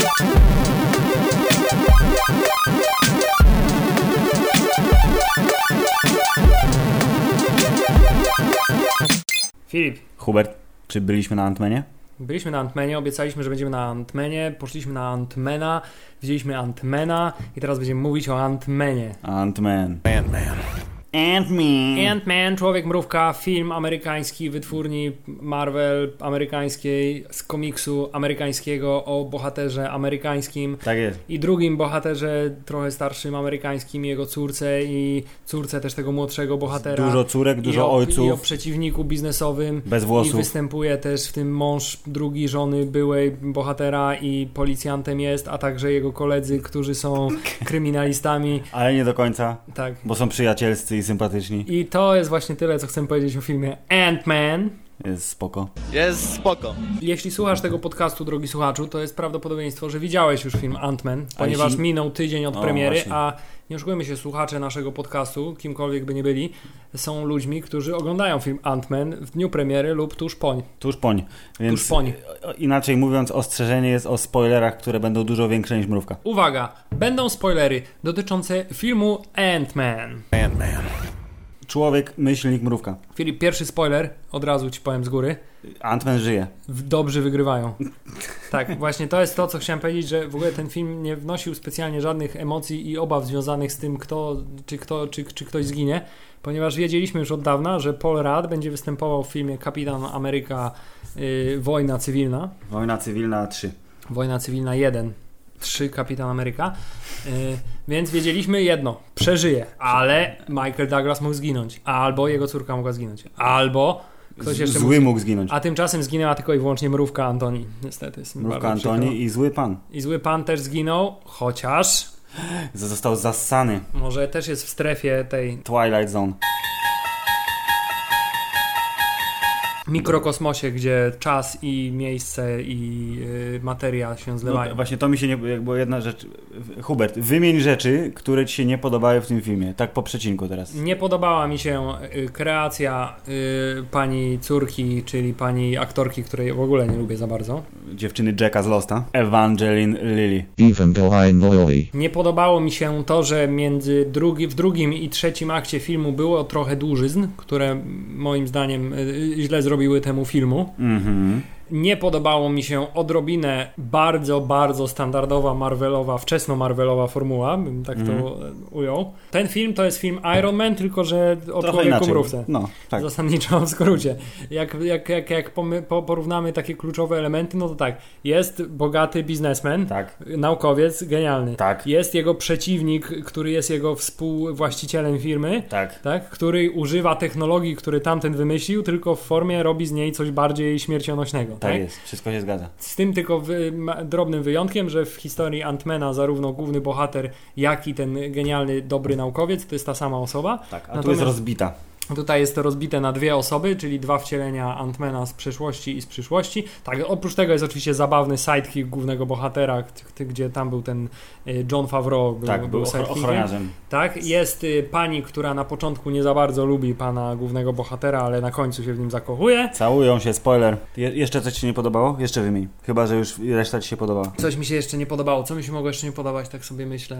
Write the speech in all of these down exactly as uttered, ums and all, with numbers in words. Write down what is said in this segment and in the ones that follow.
Filip. Hubert, czy byliśmy na Ant-Manie? Byliśmy na Ant-Manie, obiecaliśmy, że będziemy na Ant-Manie, poszliśmy na Ant-Mana, widzieliśmy Ant-Mana i teraz będziemy mówić o Ant-Manie. Ant-Man. Ant-Man. Ant-Man. Ant-Man, Człowiek Mrówka, film amerykański, wytwórni Marvel amerykańskiej, z komiksu amerykańskiego o bohaterze amerykańskim. Tak jest. I drugim bohaterze trochę starszym amerykańskim, jego córce i córce też tego młodszego bohatera. Dużo córek, dużo I o, ojców. I o przeciwniku biznesowym. Bez włosów. I występuje też w tym mąż drugi żony byłej bohatera i policjantem jest, a także jego koledzy, którzy są kryminalistami. Ale nie do końca. Tak. Bo są przyjacielscy i sympatyczni. I to jest właśnie tyle, co chcę powiedzieć o filmie Ant-Man. Jest spoko. Jest spoko. Jeśli słuchasz tego podcastu, drogi słuchaczu, to jest prawdopodobieństwo, że widziałeś już film Ant-Man, ponieważ jeśli... minął tydzień od o, premiery, właśnie. A nie oszukujmy się, słuchacze naszego podcastu, kimkolwiek by nie byli, są ludźmi, którzy oglądają film Ant-Man w dniu premiery lub tuż poń. Tuż poń. Więc tuż poń. Inaczej mówiąc, ostrzeżenie jest o spoilerach, które będą dużo większe niż mrówka. Uwaga, będą spoilery dotyczące filmu Ant-Man. Ant-Man. Człowiek, myślnik, mrówka. Filip, pierwszy spoiler, od razu ci powiem z góry. Ant-Man żyje. Dobrzy wygrywają. Tak, właśnie to jest to, co chciałem powiedzieć, że w ogóle ten film nie wnosił specjalnie żadnych emocji i obaw związanych z tym, kto, czy, kto, czy, czy ktoś zginie, ponieważ wiedzieliśmy już od dawna, że Paul Rudd będzie występował w filmie Kapitan Ameryka yy, Wojna Cywilna. Wojna Cywilna trzy. Wojna Cywilna jeden. trzy Kapitan Ameryka. Yy, więc wiedzieliśmy jedno, przeżyje, ale Michael Douglas mógł zginąć, albo jego córka mogła zginąć, albo ktoś jeszcze zły mógł zginąć. A tymczasem zginęła tylko i wyłącznie mrówka Antoni. Niestety. Mrówka Antoni i zły pan. I zły pan też zginął, chociaż został zassany. Może też jest w strefie tej Twilight Zone. Mikrokosmosie, gdzie czas i miejsce i y, materia się zlewają. No, właśnie to mi się nie... Jakby jedna rzecz... Hubert, wymień rzeczy, które ci się nie podobały w tym filmie. Tak po przecinku teraz. Nie podobała mi się y, kreacja y, pani córki, czyli pani aktorki, której w ogóle nie lubię za bardzo. Dziewczyny Jacka z Losta. Evangeline Lilly. Nie podobało mi się to, że między drugi, w drugim i trzecim akcie filmu było trochę dłużyzn, które moim zdaniem y, źle zrobiły robiły temu filmu. Mm-hmm. Nie podobało mi się odrobinę bardzo, bardzo standardowa Marvelowa, wczesno Marvelowa formuła, bym tak mm. to ujął. Ten film to jest film Iron Man, tylko że o człowieku mrówce. No, tak. Zasadniczo w skrócie. Jak, jak, jak, jak porównamy takie kluczowe elementy, no to tak, jest bogaty biznesmen, tak. Naukowiec genialny. Tak. Jest jego przeciwnik, który jest jego współwłaścicielem firmy, tak. Tak, który używa technologii, który tamten wymyślił, tylko w formie robi z niej coś bardziej śmiercionośnego. Tak, tak jest, wszystko się zgadza. Z tym tylko wy, ma, drobnym wyjątkiem, że w historii Ant-Mana zarówno główny bohater, jak i ten genialny, dobry naukowiec to jest ta sama osoba. Tak, a Natomiast tu jest rozbita. Tutaj jest to rozbite na dwie osoby, czyli dwa wcielenia Ant-Mana z przeszłości i z przyszłości. Tak, oprócz tego jest oczywiście zabawny sidekick głównego bohatera, gdzie tam był ten Jon Favreau. Był, tak, był ochroniarzem. Tak, jest pani, która na początku nie za bardzo lubi pana głównego bohatera, ale na końcu się w nim zakochuje. Całują się, spoiler. Je- jeszcze coś ci nie podobało? Jeszcze wymień. Chyba, że już reszta ci się podobała. Coś mi się jeszcze nie podobało. Co mi się mogło jeszcze nie podobać, tak sobie myślę.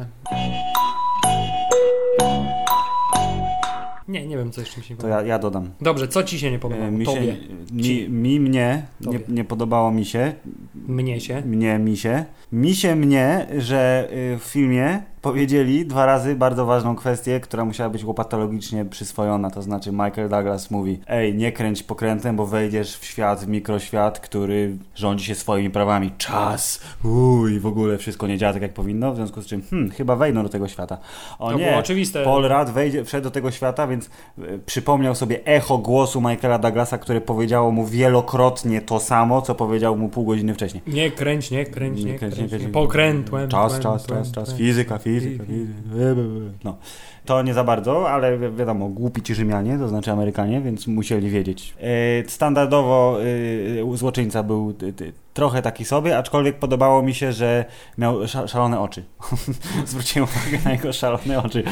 Nie, nie wiem, co jeszcze mi się nie podobało. To ja, ja dodam. Dobrze, co ci się nie podobało? Mi, Tobie. się, mi, mi mnie nie, nie podobało mi się. Mnie się. Mnie, mi się. Mi się mnie, że w filmie powiedzieli dwa razy bardzo ważną kwestię, która musiała być łopatologicznie przyswojona, to znaczy Michael Douglas mówi: ej, nie kręć pokrętem, bo wejdziesz w świat, w mikroświat, który rządzi się swoimi prawami. Czas! Uuu, i w ogóle wszystko nie działa tak, jak powinno, w związku z czym hmm, chyba wejdą do tego świata. O to nie, było oczywiste. Paul Rudd wejdzie, wszedł do tego świata, więc y, przypomniał sobie echo głosu Michaela Douglasa, które powiedziało mu wielokrotnie to samo, co powiedział mu pół godziny wcześniej. Nie kręć, nie kręć, nie, nie kręć. Nie kręć. Nie. Pokrętłem. Czas, tłem, czas, tłem, czas, czas. tłem. Fizyka, fizyka, fizyka. No. To nie za bardzo, ale wi- wiadomo, głupi ci Rzymianie, to znaczy Amerykanie, więc musieli wiedzieć. E, standardowo e, złoczyńca był t, t, trochę taki sobie, aczkolwiek podobało mi się, że miał sz- szalone oczy. Zwróciłem uwagę na jego szalone oczy.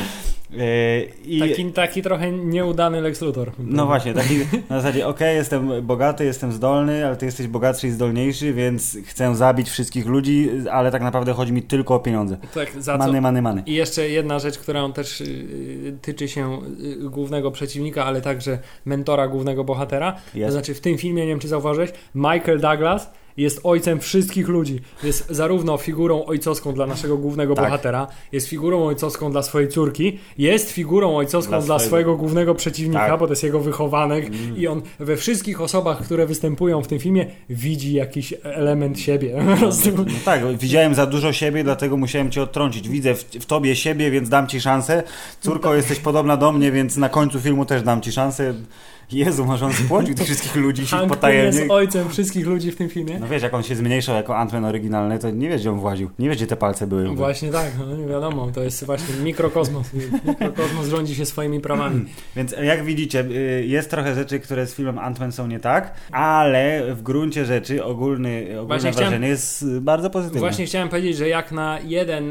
I... Taki, taki trochę nieudany Lex Luthor. No właśnie, taki na zasadzie okej, okay, jestem bogaty, jestem zdolny, ale ty jesteś bogatszy i zdolniejszy, więc chcę zabić wszystkich ludzi, ale tak naprawdę chodzi mi tylko o pieniądze. Tak, za many, co? many, many. I jeszcze jedna rzecz, która on też y, tyczy się y, głównego przeciwnika, ale także mentora głównego bohatera. Jest. To znaczy w tym filmie, nie wiem czy zauważyłeś, Michael Douglas jest ojcem wszystkich ludzi. Jest zarówno figurą ojcowską dla naszego głównego tak. bohatera, jest figurą ojcowską dla swojej córki, jest figurą ojcowską dla, dla swojego... swojego głównego przeciwnika, tak. bo to jest jego wychowanek mm. i on we wszystkich osobach, które występują w tym filmie, widzi jakiś element siebie. No, no tak, widziałem za dużo siebie, dlatego musiałem cię odtrącić. Widzę w, w tobie siebie, więc dam ci szansę. Córko, no, jesteś podobna do mnie, więc na końcu filmu też dam ci szansę. Jezu, może on spłodził tych wszystkich ludzi się potajemnie. jest ojcem wszystkich ludzi w tym filmie. No wiesz, jak on się zmniejszał jako Ant-Man oryginalny, to nie wiesz, gdzie on właził. Nie wiesz, gdzie te palce były. No właśnie tak, no nie wiadomo. To jest właśnie mikrokosmos. Mikrokosmos rządzi się swoimi prawami. Więc jak widzicie, jest trochę rzeczy, które z filmem Ant-Man są nie tak, ale w gruncie rzeczy ogólny, ogólne wrażenie chciałem, jest bardzo pozytywne. Właśnie chciałem powiedzieć, że jak na jeden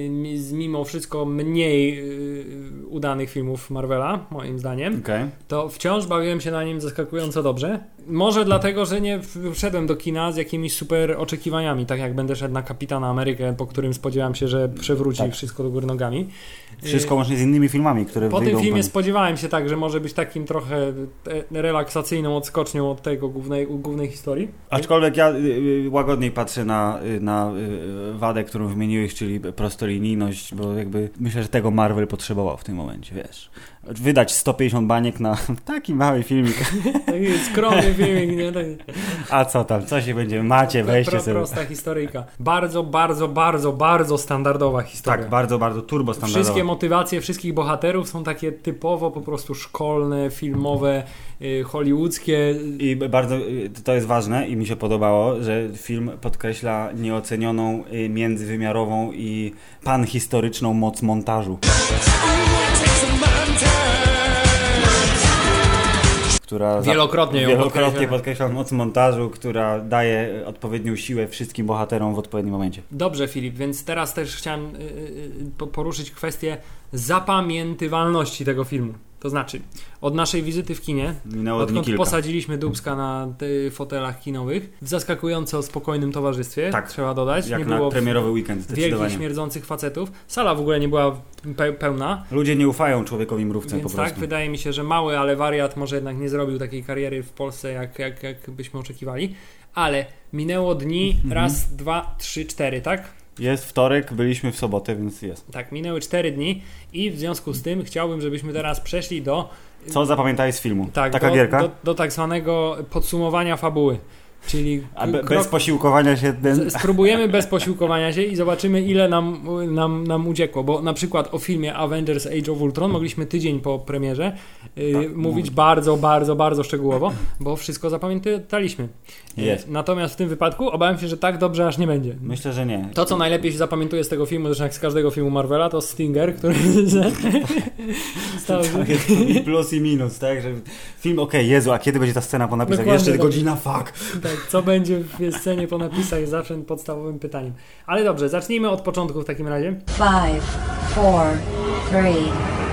z mimo wszystko mniej udanych filmów Marvela, moim zdaniem, okay. to wciąż bawiłem się na nim zaskakująco dobrze. Może dlatego, że nie wszedłem do kina z jakimiś super oczekiwaniami, tak jak będę szedł na Kapitana Amerykę, po którym spodziewałem się, że przewróci tak. wszystko do góry nogami. Wszystko łącznie z innymi filmami, które po wyjdą. Po tym filmie spodziewałem się tak, że może być takim trochę relaksacyjną odskocznią od tego głównej, głównej historii. Aczkolwiek ja łagodniej patrzę na, na wadę, którą wymieniłeś, czyli prostolinijność, bo jakby myślę, że tego Marvel potrzebował w tym momencie, wiesz. Wydać sto pięćdziesiąt baniek na taki mały filmik. Taki skromny filmik, nie? Tak. A co tam, co się będzie? Macie, weźcie Pro, sobie. Prosta historyjka. Bardzo, bardzo, bardzo, bardzo standardowa historia. Tak, bardzo, bardzo turbo standardowa. Wszystkie motywacje wszystkich bohaterów są takie typowo po prostu szkolne, filmowe, yy, hollywoodzkie. I bardzo, to jest ważne i mi się podobało, że film podkreśla nieocenioną, międzywymiarową i panhistoryczną moc montażu. Która wielokrotnie, za, wielokrotnie podkreśla moc montażu, która daje odpowiednią siłę wszystkim bohaterom w odpowiednim momencie. Dobrze, Filip, więc teraz też chciałem yy, poruszyć kwestię zapamiętywalności tego filmu. To znaczy, od naszej wizyty w kinie, minęło odkąd kilka. posadziliśmy Dubska na y, fotelach kinowych, w zaskakująco spokojnym towarzystwie, tak, trzeba dodać. Jak nie na było premierowy weekend, zdecydowanie. Wielkich, śmierdzących facetów. Sala w ogóle nie była pe- pełna. Ludzie nie ufają człowiekowi mrówcem Więc po prostu. tak, wydaje mi się, że mały, ale wariat może jednak nie zrobił takiej kariery w Polsce, jak, jak, jak byśmy oczekiwali. Ale minęło dni, mm-hmm. raz, dwa, trzy, cztery, tak? Jest wtorek, byliśmy w sobotę, więc jest. Tak, minęły cztery dni i w związku z tym chciałbym, żebyśmy teraz przeszli do... Co zapamiętałeś z filmu? Tak, Taka do, gierka? Do, do tak zwanego podsumowania fabuły. Czyli A be, krok... bez posiłkowania się... Spróbujemy bez posiłkowania się i zobaczymy, ile nam, nam, nam uciekło. Bo na przykład o filmie Avengers Age of Ultron mogliśmy tydzień po premierze yy, tak, mówić mówię. bardzo, bardzo, bardzo szczegółowo, bo wszystko zapamiętaliśmy. Jest. Natomiast w tym wypadku obawiam się, że tak dobrze aż nie będzie. Myślę, że nie. To, co najlepiej się zapamiętuje z tego filmu, zresztą jak z każdego filmu Marvela, to Stinger, który... stał... Tak, jest plus i minus, tak? Że film, okej, okay, Jezu, a kiedy będzie ta scena po napisach? Dokładnie, jeszcze tak. Godzina, fuck. Tak, co będzie w scenie po napisach jest zawsze podstawowym pytaniem. Ale dobrze, zacznijmy od początku w takim razie. Five, four, three,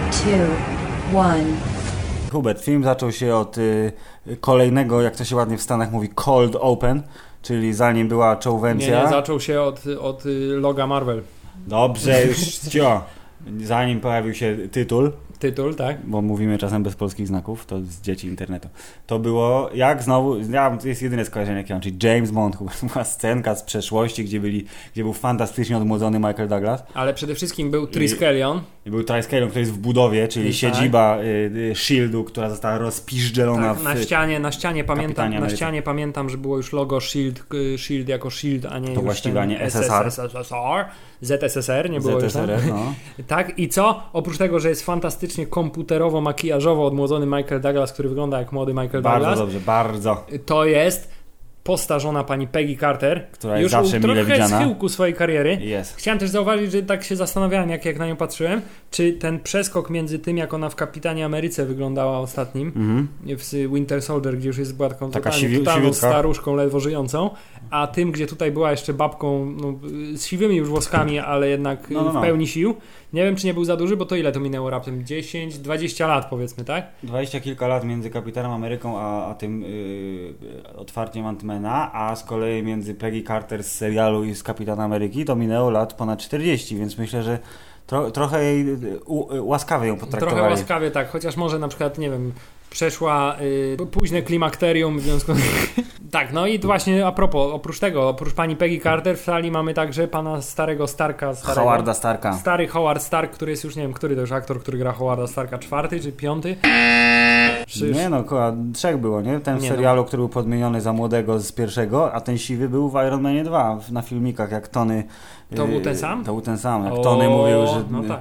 two, one. Hubert, film zaczął się od y, kolejnego, jak to się ładnie w Stanach mówi, cold open, czyli zanim była czołwencja. Nie, nie, zaczął się od, od y, loga Marvel. Dobrze, już cio. Zanim pojawił się tytuł. Tytuł, tak. Bo mówimy czasem bez polskich znaków, to z dzieci internetu. To było, jak znowu, ja, to jest jedyne skojarzenie, jakie mam, czyli James Bond, była scenka z przeszłości, gdzie, byli, gdzie był fantastycznie odmłodzony Michael Douglas. Ale przede wszystkim był Triskelion. I był Triskelion, który jest w budowie, czyli I siedziba tak. y, Shieldu, która została rozpiżdżelona tak, w... na ścianie, na ścianie pamiętam, na ścianie pamiętam, że było już logo Shield, Shield jako Shield, a nie to właściwie nie S S R. Z S S R, nie było Z S R, już tam. No. Tak, i co? Oprócz tego, że jest fantastycznie komputerowo, makijażowo odmłodzony Michael Douglas, który wygląda jak młody Michael bardzo Douglas. Bardzo dobrze, bardzo. To jest postarzona pani Peggy Carter, która jest już zawsze mile widziana. Trochę schyłku swojej kariery. Jest. Chciałem też zauważyć, że tak się zastanawiałem, jak, jak na nią patrzyłem, czy ten przeskok między tym, jak ona w Kapitanie Ameryce wyglądała ostatnim, mm-hmm. w Winter Soldier, gdzie już jest była taką Taka totalnie, siwi- totalną staruszką, ledwo żyjącą, a tym, gdzie tutaj była jeszcze babką no, z siwymi już włoskami, ale jednak no, no, no. w pełni sił. Nie wiem, czy nie był za duży, bo to ile to minęło raptem? dziesięć, dwadzieścia lat powiedzmy, tak? Dwadzieścia kilka lat między Kapitanem Ameryką a, a tym yy, otwarciem Ant-Mana, a z kolei między Peggy Carter z serialu i z Kapitana Ameryki to minęło lat ponad czterdzieści, więc myślę, że tro, trochę jej u, łaskawie ją potraktowali. Trochę łaskawie, tak, chociaż może na przykład, nie wiem, przeszła y, późne klimakterium w związku z... Tak, no i właśnie a propos, oprócz tego, oprócz pani Peggy Carter w sali mamy także pana starego Starka. Starego, Howarda Starka. Stary Howard Stark, który jest już, nie wiem, który to już aktor, który gra Howarda Starka, czwarty czy piąty? Czy... Nie no, koła, trzech było, nie? Ten w nie serialu, no. który był podmieniony za młodego z pierwszego, a ten siwy był w Iron Manie dwa, na filmikach, jak Tony... To był ten sam? To był ten sam, jak o, Tony mówił, że... No tak.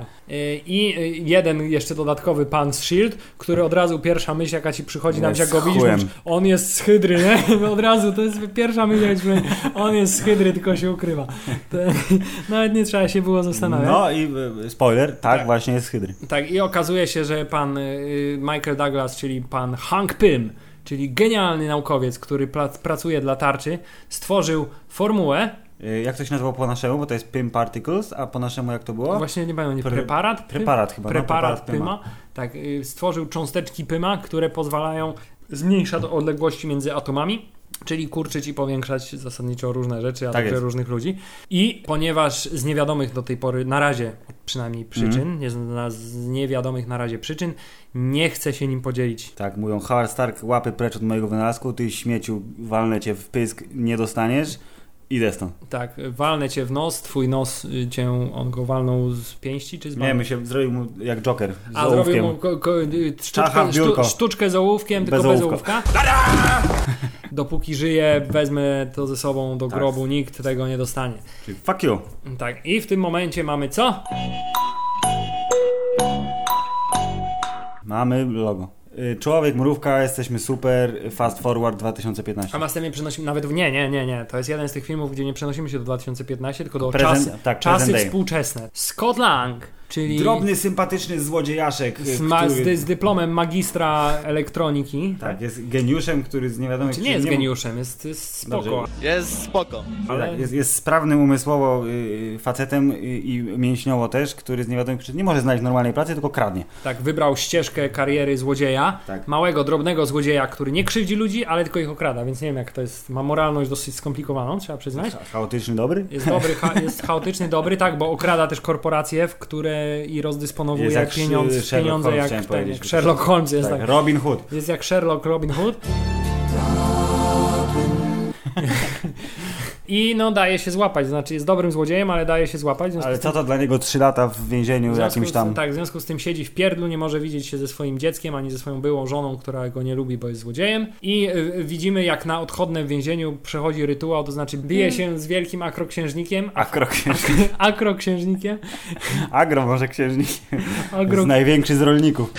I jeden jeszcze dodatkowy pan z Shield, który od razu pierwsza myśl, jaka ci przychodzi nam, jak go widzisz, on jest z Hydry, nie? Od razu, to jest pierwsza myśl, że on jest z Hydry, tylko się ukrywa. To, nawet nie trzeba się było zastanawiać. No i spoiler, tak, tak, właśnie jest z Hydry. Tak, i okazuje się, że pan Michael Douglas, czyli pan Hank Pym, czyli genialny naukowiec, który pra- pracuje dla tarczy, stworzył formułę. Jak to się nazywało po naszemu, bo to jest Pym Particles, a po naszemu jak to było? No właśnie nie pamiętam, Pre- preparat? Pym? Preparat chyba. Preparat, no, preparat Pyma. Pyma. Tak, stworzył cząsteczki Pyma, które pozwalają zmniejszać odległości między atomami, czyli kurczyć i powiększać zasadniczo różne rzeczy, a tak także jest. różnych ludzi. I ponieważ z niewiadomych do tej pory, na razie przynajmniej przyczyn, mm. nie, z niewiadomych na razie przyczyn, nie chce się nim podzielić. Tak, mówią, Howard Stark, łapy precz od mojego wynalazku, ty śmieciu, walnę cię w pysk, nie dostaniesz. Idę stąd. Tak, walnę cię w nos, twój nos cię, on go walnął z pięści czy z bani? Nie, my się zrobił mu jak Joker z A ołówkiem. zrobił mu ko, ko, sztuczkę, sztu, sztuczkę z ołówkiem, bez tylko ołówka. bez ołówka. Dopóki żyję, wezmę to ze sobą do grobu, tak. Nikt tego nie dostanie. Czyli fuck you. Tak, i w tym momencie mamy co? Mamy logo. Człowiek, mrówka, jesteśmy super, Fast Forward dwa tysiące piętnaście. A następnie przenosimy, nawet w nie, nie, nie, nie. To jest jeden z tych filmów, gdzie nie przenosimy się do dwa tysiące piętnaście, tylko do Prezent, czas, tak, czasy współczesne. Scott Lang, czyli... Drobny, sympatyczny złodziejaszek. Z, ma, który... z, dy, z dyplomem magistra elektroniki. Tak, jest geniuszem, który z niewiadomych... Znaczy nie jest nie geniuszem, jest, jest spoko. Dobrze. Jest spoko. Ale... Tak, jest, jest sprawnym umysłowo y, facetem y, i mięśniowo też, który z niewiadomych przyczyn nie może znaleźć normalnej pracy, tylko kradnie. Tak, wybrał ścieżkę kariery złodzieja. Tak. Małego, drobnego złodzieja, który nie krzywdzi ludzi, ale tylko ich okrada, więc nie wiem jak to jest. Ma moralność dosyć skomplikowaną, trzeba przyznać. Cha- chaotyczny, dobry? Jest dobry, cha- jest chaotyczny, dobry, tak, bo okrada też korporacje, w które i rozdysponowuje jak pieniądz, pieniądze jak, tak, jak Sherlock Holmes. Jest tak, tak. Robin Hood. Jest jak Sherlock Robin Hood. I no daje się złapać, znaczy jest dobrym złodziejem, ale daje się złapać. Ale co to dla niego trzy lata w więzieniu w jakimś tam... Z, tak, w związku z tym siedzi w pierdlu, nie może widzieć się ze swoim dzieckiem, ani ze swoją byłą żoną, która go nie lubi, bo jest złodziejem. I y, widzimy jak na odchodne w więzieniu przechodzi rytuał, to znaczy bije się z wielkim akroksiężnikiem. Akroksiężnikiem. Akroksiężnikiem. Agro może księżnikiem. Agro... Z największy z rolników.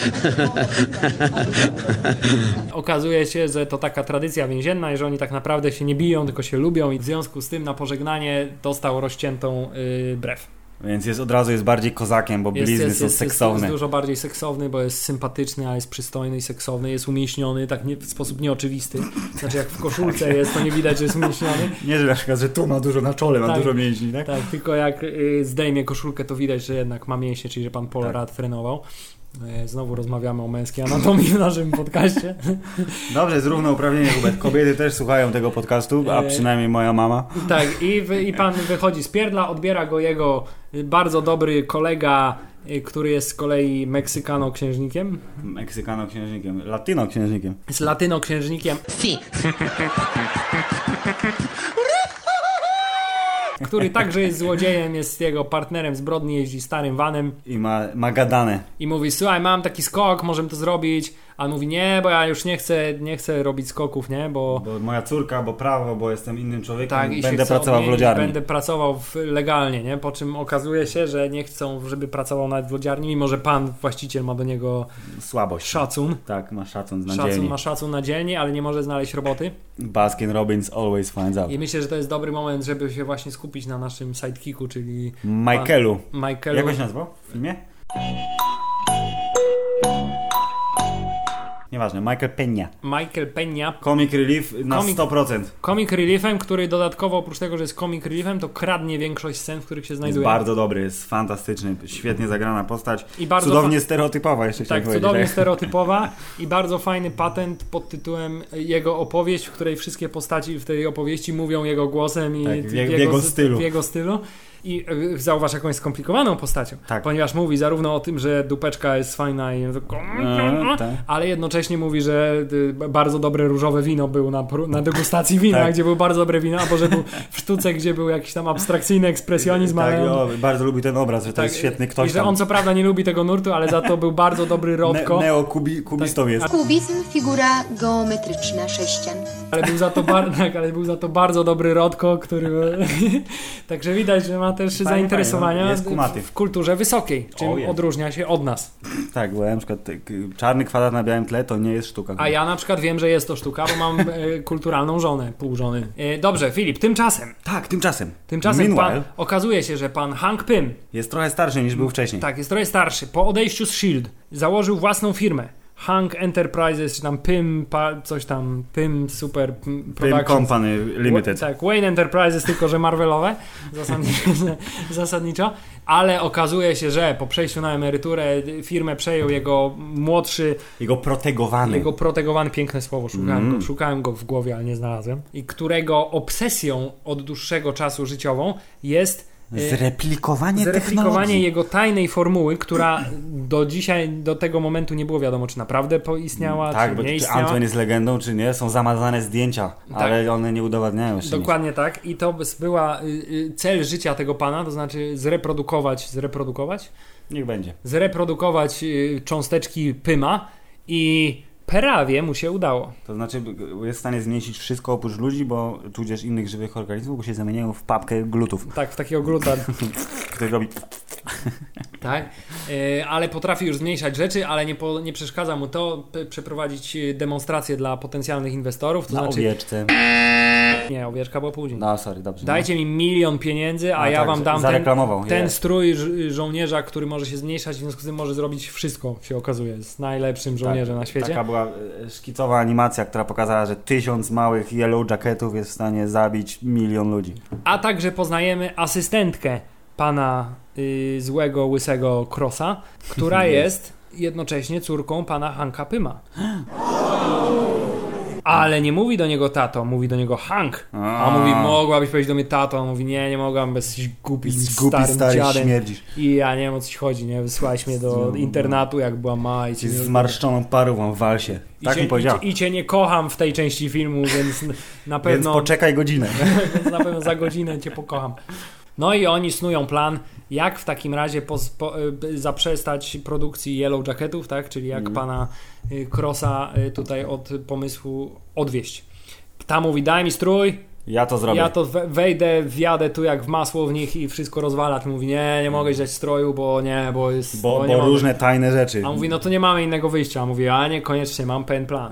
Okazuje się, że to taka tradycja więzienna i że oni tak naprawdę się nie biją, tylko się lubią i w związku z tym na pożegnanie dostał rozciętą yy, brew. Więc jest od razu jest bardziej kozakiem, bo blizny jest, jest, są jest, seksowne. Jest, jest dużo bardziej seksowny, bo jest sympatyczny, a jest przystojny i seksowny, jest umieśniony tak nie, w sposób nieoczywisty. Znaczy jak w koszulce jest, to nie widać, że jest umieśniony. Nie, że na przykład, że tu ma dużo na czole, ma tak, dużo mięśni, tak? Tak, tylko jak y, zdejmie koszulkę, to widać, że jednak ma mięśnie, czyli że pan Paul tak. Rudd trenował. Znowu rozmawiamy o męskiej anatomii w naszym podcaście. Dobrze, zrównouprawnienie, Hubert. Kobiety też słuchają tego podcastu, a przynajmniej moja mama. Tak, i, w, i pan wychodzi z pierdla, odbiera go jego bardzo dobry kolega, który jest z kolei Meksykano-księżnikiem. Meksykano-księżnikiem, Latino-księżnikiem. Z Latyno-księżnikiem. Si. Który także jest złodziejem, jest jego partnerem zbrodni, jeździ starym vanem. I ma, ma gadane. I mówi, słuchaj, mam taki skok, możemy to zrobić, A mówi, nie, bo ja już nie chcę, nie chcę robić skoków, nie, bo... Bo moja córka, bo prawo, bo jestem innym człowiekiem, tak, i będę pracował w lodziarni. Będę pracował w, legalnie, nie? Po czym okazuje się, że nie chcą, żeby pracował nawet w lodziarni, mimo że pan właściciel ma do niego słabość. Szacun. Tak, ma szacun na szacun, dzielni. Ma szacun na dzielni, ale nie może znaleźć roboty. Baskin Robbins always finds out. I myślę, że to jest dobry moment, żeby się właśnie skupić na naszym sidekicku, czyli Michaelu. Pan Michaelu. Jak on się nazywał w filmie? Nieważne, Michael Peña. Michael Peña. Comic Relief na comic, sto procent. Comic Reliefem, który dodatkowo oprócz tego, że jest Comic Reliefem, to kradnie większość scen, w których się znajduje. Jest bardzo dobry, jest fantastyczny, świetnie zagrana postać. I bardzo cudownie fa- stereotypowa jeszcze Tak, chciałem cudownie powiedzieć. stereotypowa i bardzo fajny patent pod tytułem jego opowieść, w której wszystkie postaci w tej opowieści mówią jego głosem i tak, w, w, jego, w, jego, stylu. w jego stylu. I y, zauważ jakąś skomplikowaną postacią, tak. Ponieważ mówi zarówno o tym, że dupeczka jest fajna i e, tak. ale jednocześnie mówi, że y, bardzo dobre różowe wino było na, na degustacji wina, tak. Gdzie było bardzo dobre wino, albo że był w sztuce, gdzie był jakiś tam abstrakcyjny ekspresjonizm, tak, ale on, o, bardzo lubi ten obraz, że to tak, jest świetny ktoś i że tam. on co prawda nie lubi tego nurtu, ale za to był bardzo dobry Rodko. Ne- Neokubistą tak. jest. Kubizm, figura geometryczna sześcian. Ale był za to, bar- tak, ale był za to bardzo dobry Rodko, który... Także widać, że ma też fajnie, zainteresowania fajnie, w, w kulturze wysokiej, czym oh, yeah. odróżnia się od nas. Tak, bo ja na przykład czarny kwadrat na białym tle to nie jest sztuka. A ja na przykład wiem, że jest to sztuka, bo mam e, kulturalną żonę, pół żony. E, dobrze, Filip, tymczasem. Tak, tymczasem. Tymczasem pan, okazuje się, że pan Hank Pym jest trochę starszy niż był wcześniej. Tak, jest trochę starszy. Po odejściu z S H I E L D założył własną firmę. Hank Enterprises, czy tam Pym, pa, coś tam, Pym Super Productions. Pym Company Limited. Tak, Wayne Enterprises, tylko że Marvelowe, zasadniczo, zasadniczo. Ale okazuje się, że po przejściu na emeryturę firmę przejął jego młodszy... Jego protegowany. Jego protegowany, piękne słowo, szukałem, mm. go, szukałem go w głowie, ale nie znalazłem. I którego obsesją od dłuższego czasu życiową jest... Zreplikowanie, Zreplikowanie technologii. jego tajnej formuły, która do dzisiaj, do tego momentu nie było wiadomo, czy naprawdę istniała, tak, czy bo nie czy istniała. Antoine jest legendą, czy nie. Są zamazane zdjęcia, tak. Ale one nie udowadniają jeszcze Dokładnie nic. tak. I to była cel życia tego pana, to znaczy zreprodukować, zreprodukować? Niech będzie. Zreprodukować cząsteczki Pyma i prawie mu się udało. To znaczy jest w stanie zmniejszyć wszystko oprócz ludzi, bo tudzież innych żywych organizmów, bo się zamieniają w papkę glutów. Tak, w takiego gluta. Który robi... Tak, yy, ale potrafi już zmniejszać rzeczy, ale nie, po, nie przeszkadza mu to p- przeprowadzić demonstracje dla potencjalnych inwestorów. To Na znaczy... owieczce. Nie, owieczka była później. No, sorry, dobrze. Dajcie no. mi milion pieniędzy, a, a ja tak, wam dam zareklamował. ten, ten yes. strój żo- żołnierza, który może się zmniejszać, w związku z tym może zrobić wszystko, się okazuje. Jest najlepszym żołnierzem tak, na świecie. Taka była szkicowa animacja, która pokazała, że tysiąc małych yellow jacketów jest w stanie zabić milion ludzi. A także poznajemy asystentkę pana y, złego, łysego Crossa, która jest jednocześnie córką pana Hanka Pyma. Ale nie mówi do niego tato, mówi do niego Hank. A, a mówi, mogłabyś powiedzieć do mnie tato. A on mówi, nie, nie mogłam, bez głupi, głupi starym stary dziadem. śmierdzisz. I ja nie wiem, o co ci chodzi, nie? Wysłałeś mnie do internatu, jak była mała. I z zmarszczoną parą w walsie. Tak cię, mi powiedział. I, I cię nie kocham w tej części filmu, więc na pewno... Więc poczekaj godzinę. Więc na pewno za godzinę cię pokocham. No i oni snują plan, jak w takim razie pos, po, y, zaprzestać produkcji Yellow Jacketów, tak? Czyli jak mm. pana y, Crossa y, tutaj od pomysłu odwieść. Ta mówi, daj mi strój, ja to zrobię. Ja to we, wejdę, wjadę tu jak w masło w nich i wszystko rozwala. Ty mówi, nie, nie mogę dać stroju, bo nie, bo jest... Bo, bo, bo różne mogę. tajne rzeczy. A on mówi, no to nie mamy innego wyjścia. A mówi, a nie, koniecznie, mam pewien plan.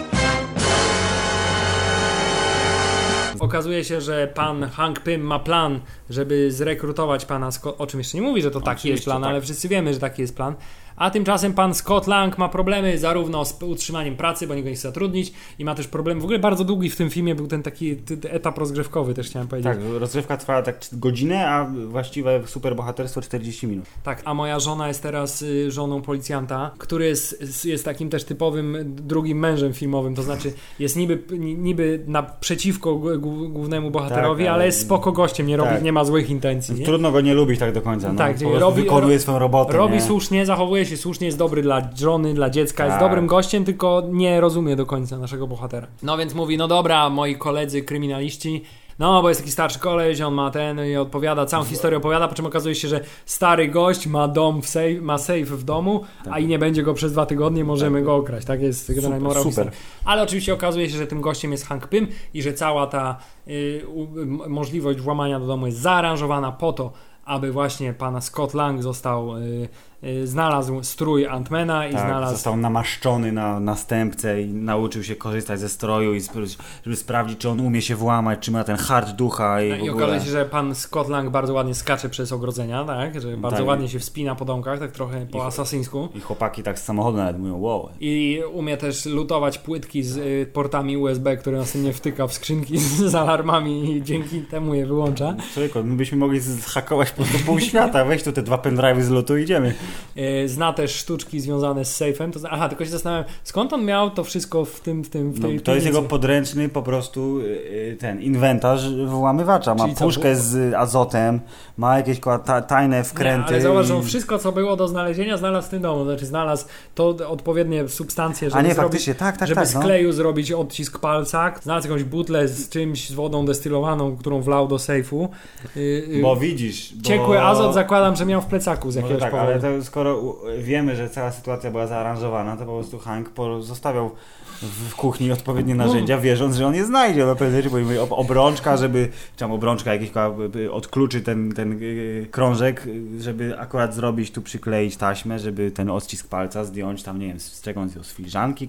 Okazuje się, że pan Hank Pym ma plan, żeby zrekrutować pana Scott... O czym jeszcze nie mówi, że to taki jest plan, tak. Ale wszyscy wiemy, że taki jest plan. A tymczasem pan Scott Lang ma problemy zarówno z utrzymaniem pracy, bo nikt go nie chce zatrudnić i ma też problem, w ogóle bardzo długi w tym filmie był ten taki etap rozgrzewkowy, też chciałem powiedzieć. Tak, rozgrzewka trwała tak godzinę, a właściwe superbohaterstwo czterdzieści minut. Tak, a moja żona jest teraz żoną policjanta, który jest, jest takim też typowym drugim mężem filmowym, to znaczy jest niby, niby naprzeciwko głównemu bohaterowi, tak, ale jest spoko gościem, nie, robi, tak. nie ma złych intencji. Nie? Trudno go nie lubić tak do końca. No. Tak, po robi, wykonuje swoją robotę. Robi nie? słusznie, zachowuje się słusznie, jest dobry dla żony, dla dziecka, tak. jest dobrym gościem, tylko nie rozumie do końca naszego bohatera. No więc mówi, no dobra, moi koledzy kryminaliści, no bo jest taki starszy koleś, on ma ten i odpowiada, całą historię opowiada, po czym okazuje się, że stary gość ma dom w safe, ma safe w domu, tak. a i nie będzie go przez dwa tygodnie, możemy tak. go okraść. Tak jest generalnie morał historii. Ale oczywiście okazuje się, że tym gościem jest Hank Pym i że cała ta y, y, możliwość włamania do domu jest zaaranżowana po to, aby właśnie pan Scott Lang został y, y, znalazł strój Ant-Mana i tak, znalazł... został namaszczony na następcę i nauczył się korzystać ze stroju, i sp- żeby sprawdzić, czy on umie się włamać, czy ma ten hard ducha i no, w ogóle... I okazuje się, że pan Scott Lang bardzo ładnie skacze przez ogrodzenia, tak? Że bardzo tak. ładnie się wspina po domkach, tak trochę po I, asasyńsku. I chłopaki tak z samochodu nawet mówią, wow. I umie też lutować płytki z y, portami U S B, które następnie wtyka w skrzynki z, z alarmami i dzięki temu je wyłącza. Człowieku, my byśmy mogli zhakować po prostu pół świata, weź tu te dwa pendrive'y z lotu i idziemy. Zna też sztuczki związane z sejfem. To, aha, tylko się zastanawiam, skąd on miał to wszystko w tym, w tym w tej no, to jest jego podręczny po prostu ten inwentarz włamywacza. Ma puszkę z azotem, ma jakieś ta, tajne wkręty. Nie, ale zauważ, że wszystko, co było do znalezienia, znalazł w tym domu. Znaczy znalazł to odpowiednie substancje, żeby, A nie, zrobić, faktycznie, tak, tak, żeby tak, z no. kleju zrobić odcisk palca. Znalazł jakąś butlę z czymś, z wodą destylowaną, którą wlał do sejfu. Bo widzisz... Bo... Ciekły azot zakładam, że miał w plecaku z jakiegoś tak, powodu. Ale to skoro wiemy, że cała sytuacja była zaaranżowana, to po prostu Hank zostawiał w kuchni odpowiednie narzędzia, wierząc, że on je znajdzie. No pewnie, bo obrączka, żeby, czy tam obrączka jakiś odkluczy ten, ten krążek, żeby akurat zrobić, tu przykleić taśmę, żeby ten odcisk palca zdjąć tam, nie wiem, z czego on zdjął, z filiżanki?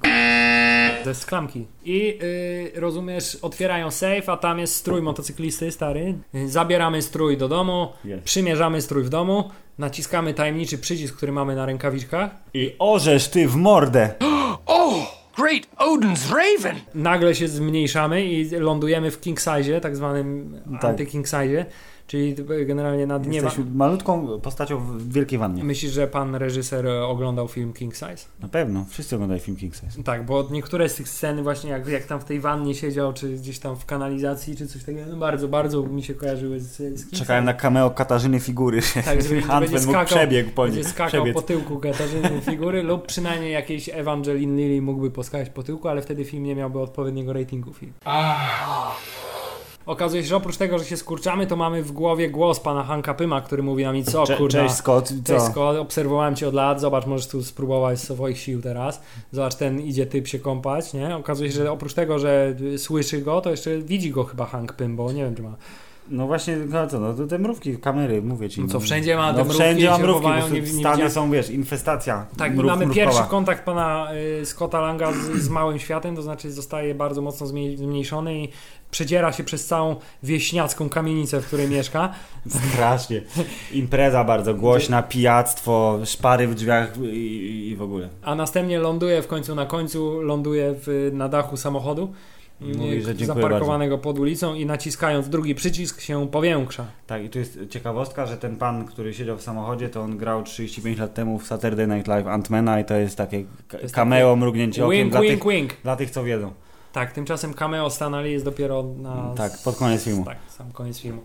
Ze sklamki. I yy, rozumiesz, otwierają safe, a tam jest strój motocyklisty stary. Zabieramy strój do domu, yes. przymierzamy strój w domu, naciskamy tajemniczy przycisk, który mamy na rękawiczkach. I orzesz ty w mordę! Oh! Great Odin's Raven! Nagle się zmniejszamy i lądujemy w king size, tak zwanym tak. anty-king size, czyli generalnie na dnie... Jesteś malutką postacią w wielkiej wannie. Myślisz, że pan reżyser oglądał film King Size? Na pewno, wszyscy oglądają film King Size. Tak, bo niektóre z tych scen właśnie jak, jak tam w tej wannie siedział, czy gdzieś tam w kanalizacji, czy coś takiego, no bardzo, bardzo mi się kojarzyły z, z King Czekałem Size. na cameo Katarzyny Figury. Tak, żeby Antwen mógł przebiegł po nim. Będzie skakał przebiec. po tyłku Katarzyny Figury lub przynajmniej jakiejś Evangeline Lilly mógłby poskakać po tyłku, ale wtedy film nie miałby odpowiedniego ratingu film. Ah. Okazuje się, że oprócz tego, że się skurczamy, to mamy w głowie głos pana Hanka Pyma, który mówi nam i co, Cze- kurwa. Cześć Scott, co? Cześć Scott, obserwowałem cię od lat, zobacz, możesz tu spróbować swoich sił teraz. Zobacz, ten idzie typ się kąpać, nie? Okazuje się, że oprócz tego, że słyszy go, to jeszcze widzi go chyba Hank Pym, bo nie wiem, czy ma... No właśnie, no co, no to te mrówki, kamery, mówię ci. No co, wszędzie ma no, te mrówki, wszędzie ma mrówki, chowają, bo nie, nie Stany widziałem. są, wiesz, infestacja. Tak, mrów, mamy mrówkowa. pierwszy kontakt pana y, Scotta Langa z, z małym światem, to znaczy zostaje bardzo mocno zmniejszony i przedziera się przez całą wieśniacką kamienicę, w której mieszka. Strasznie. Impreza bardzo głośna, pijactwo, szpary w drzwiach i, i w ogóle. A następnie ląduje w końcu na końcu, ląduje w, na dachu samochodu. Mówi, że zaparkowanego bardzo. pod ulicą i naciskając drugi przycisk się powiększa. Tak, i tu jest ciekawostka, że ten pan, który siedział w samochodzie, to on grał trzydzieści pięć lat temu w Saturday Night Live Ant-Mana i to jest takie to jest cameo, takie mrugnięcie okiem wink, dla, wink, tych, wink. dla tych, co wiedzą. Tak, tymczasem cameo Stanley jest dopiero na... Tak, pod koniec filmu. Tak, sam koniec filmu.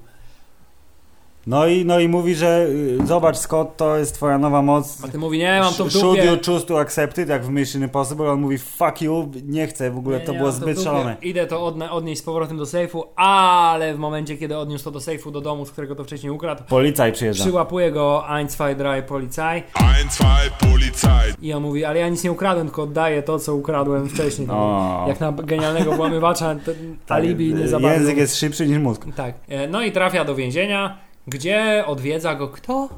No i, no i mówi, że y, zobacz Scott, to jest twoja nowa moc. A ty mówi, nie, mam to w dupie. Should you choose to accept it, jak w Mission Impossible. On mówi, fuck you, nie chcę, w ogóle nie, to nie, było to zbyt szalone. Idę to odne- odnieść z powrotem do sejfu, ale w momencie, kiedy odniósł to do sejfu, do domu, z którego to wcześniej ukradł, Policaj przyjeżdża. Przyłapuje go eins, zwei, drei Polizei. eins, zwei, Polizei. I on mówi, ale ja nic nie ukradłem, tylko oddaję to, co ukradłem wcześniej. No. Jak na genialnego włamywacza, to tak, alibi nie za bardzo. Język jest szybszy niż mózg. Tak. No i trafia do więzienia, gdzie odwiedza go kto?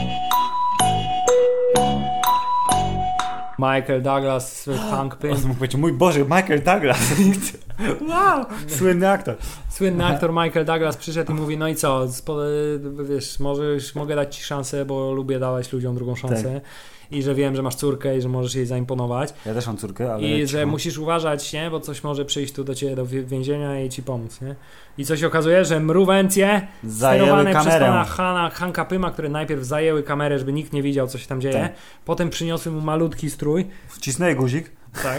Michael Douglas, Hank Pym. Mógł powiedzieć, mój Boże, Michael Douglas. Wow, słynny aktor. Słynny aktor Michael Douglas przyszedł i mówi, no i co, spo, wiesz, możesz, mogę dać ci szansę, bo lubię dawać ludziom drugą szansę. Tak. I że wiem, że masz córkę i że możesz jej zaimponować. Ja też mam córkę, ale... I że musisz uważać, nie? Bo coś może przyjść tu do ciebie do więzienia i ci pomóc, nie? I co się okazuje, że mruwencje sterowane przez pana Hana, Hanka Pyma, które najpierw zajęły kamerę, żeby nikt nie widział, co się tam dzieje. Tak. Potem przyniosły mu malutki strój. Wcisnęły guzik. Tak.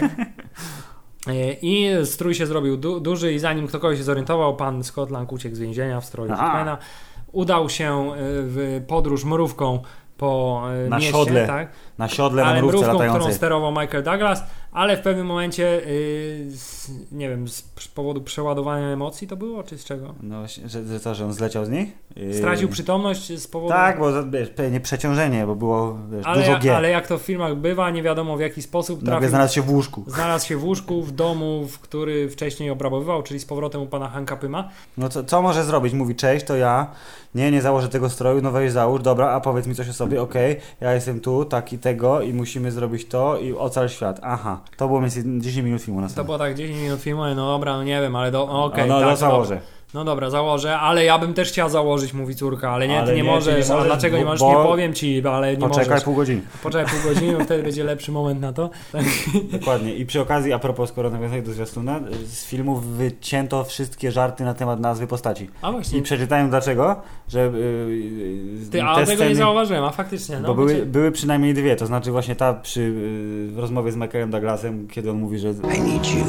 I strój się zrobił du- duży i zanim ktokolwiek się zorientował, pan Scott Lang uciekł z więzienia w stroju Hitmana. Udał się w podróż mrówką po na mieście, siodle, tak? na siodle, ale na mrówce mrówką, latającej. którą sterował Michael Douglas, ale w pewnym momencie yy, z, nie wiem, z powodu przeładowania emocji to było, czy z czego? No, że, że co, że on zleciał z niej? Yy... Stracił przytomność z powodu... Tak, bo wiesz, pewnie przeciążenie, bo było wiesz, ale, dużo G. Ale jak to w filmach bywa, nie wiadomo w jaki sposób trafił... Nagle znalazł się w łóżku. Znalazł się w łóżku w domu, w który wcześniej obrabowywał, czyli z powrotem u pana Hanka Pyma. No co, co może zrobić? Mówi, cześć, to ja. Nie, nie założę tego stroju, no weź załóż, dobra, a powiedz mi coś o sobie, okej, okay, ja jestem tu, taki tego i musimy zrobić to i ocal świat. Aha, to było mniej więcej dziesięć minut filmu na To było tak dziesięć minut filmu, no dobra, no nie wiem, ale do, okej. Okay, no, tak, no założę. No, no dobra, założę, ale ja bym też chciał założyć, mówi córka, ale nie, ale ty nie, nie możesz, ty nie możesz, a dlaczego bo, nie możesz, bo... nie powiem ci, ale nie Poczekaj możesz. pół godziny. Poczekaj pół godziny, wtedy będzie lepszy moment na to. Tak. Dokładnie. I przy okazji, a propos, skoro nawiązać do zwiastuna, z filmu wycięto wszystkie żarty na temat nazwy postaci. A właśnie. I przeczytałem dlaczego, że yy, Ty, a te tego sceny, nie zauważyłem, a faktycznie. No, bo były, bycie... były przynajmniej dwie, to znaczy właśnie ta przy yy, w rozmowie z Michaelem Douglasem, kiedy on mówi, że I need you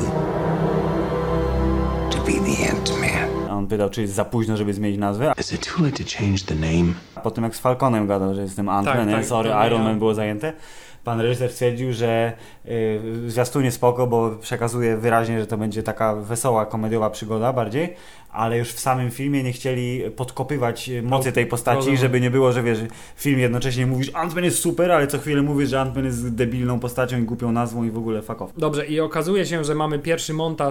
to be the Ant-Man. A on pytał, czy jest za późno, żeby zmienić nazwę. Is it too late to change the name? A potem jak z Falconem gadał, że jestem Ant-Man, tak, nie? tak, Sorry, to Iron ja. Man było zajęte. Pan reżyser stwierdził, że yy, zwiastunie spoko, bo przekazuje wyraźnie, że to będzie taka wesoła, komediowa przygoda bardziej, ale już w samym filmie nie chcieli podkopywać mocy tej postaci, no, żeby nie było, że wiesz, film jednocześnie mówisz, Ant-Man jest super, ale co chwilę mówisz, że Ant-Man jest debilną postacią i głupią nazwą i w ogóle fuck off. Dobrze, i okazuje się, że mamy pierwszy montaż.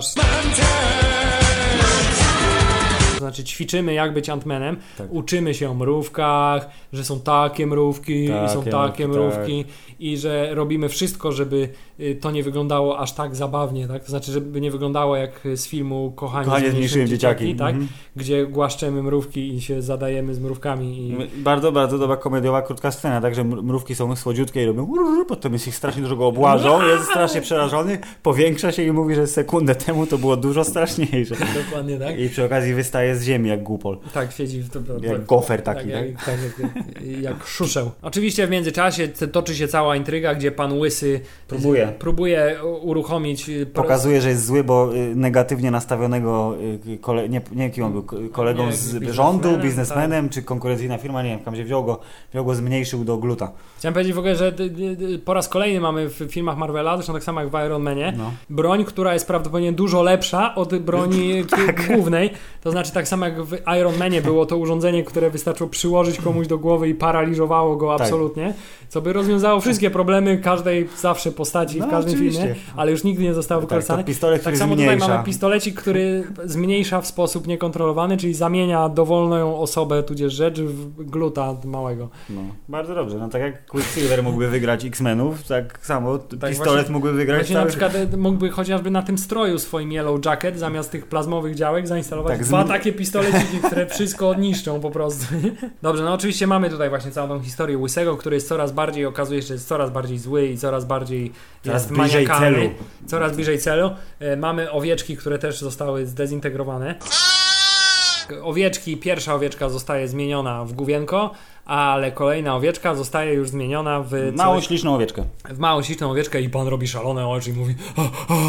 To znaczy ćwiczymy jak być Ant-Manem, tak. Uczymy się o mrówkach, że są takie mrówki takie, i są takie mrówki tak. I że robimy wszystko, żeby to nie wyglądało aż tak zabawnie, tak? To znaczy, żeby nie wyglądało jak z filmu Kochanie, Kochanie zmniejszyłem dzieciaki, dzieciaki tak? Mhm. Gdzie głaszczemy mrówki i się zadajemy z mrówkami. I... Bardzo, bardzo dobra komediowa, krótka scena, także mrówki są słodziutkie i robią potem jest ich strasznie dużo go obłażą, jest strasznie przerażony, powiększa się i mówi, że sekundę temu to było dużo straszniejsze. Dokładnie tak. I przy okazji wystaje z ziemi jak głupol. Tak, siedzi w to, jak gofer taki, tak? tak? tak, tak jak, jak szuszeł. Oczywiście w międzyczasie toczy się cała intryga, gdzie pan Łysy próbuje, próbuje uruchomić... Pokazuje, że jest zły, bo negatywnie nastawionego kole... nie, nie kim on był, kolegą nie, z rządu, biznesmenem, tak. czy konkurencyjna firma, nie wiem, tam się wziął go, wziął go zmniejszył do gluta. Chciałem powiedzieć w ogóle, że po raz kolejny mamy w filmach Marvela, zresztą tak samo jak w Iron Manie, no. broń, która jest prawdopodobnie dużo lepsza od broni tak. głównej. To znaczy tak samo jak w Iron Manie było to urządzenie, które wystarczyło przyłożyć komuś do głowy i paraliżowało go absolutnie, tak. co by rozwiązało wszystkie problemy każdej zawsze postaci no, w każdym oczywiście. filmie, ale już nigdy nie został wykorzystany. Tak, pistolet, tak samo zmniejsza. Tutaj mamy pistolecik, który zmniejsza w sposób niekontrolowany, czyli zamienia dowolną osobę, tudzież rzecz w gluta małego. No, bardzo dobrze. No tak jak Quicksilver mógłby wygrać X-Menów, tak samo tak pistolet właśnie, mógłby wygrać właśnie cały... na przykład mógłby chociażby na tym stroju swoim Yellow Jacket zamiast tych plazmowych działek zainstalować tak, dwa zmi... takie pistoleciki, które wszystko niszczą po prostu. Dobrze, no oczywiście mamy tutaj właśnie całą tą historię Łysego, który jest coraz bardziej, okazuje się, że jest coraz bardziej zły i coraz bardziej coraz jest bliżej maniakalny, celu. Coraz bliżej celu. E, mamy owieczki, które też zostały zdezintegrowane. Owieczki, pierwsza owieczka zostaje zmieniona w główienko, ale kolejna owieczka zostaje już zmieniona w... Coś, małą śliczną owieczkę. W małą śliczną owieczkę i pan robi szalone oczy i mówi... O, o.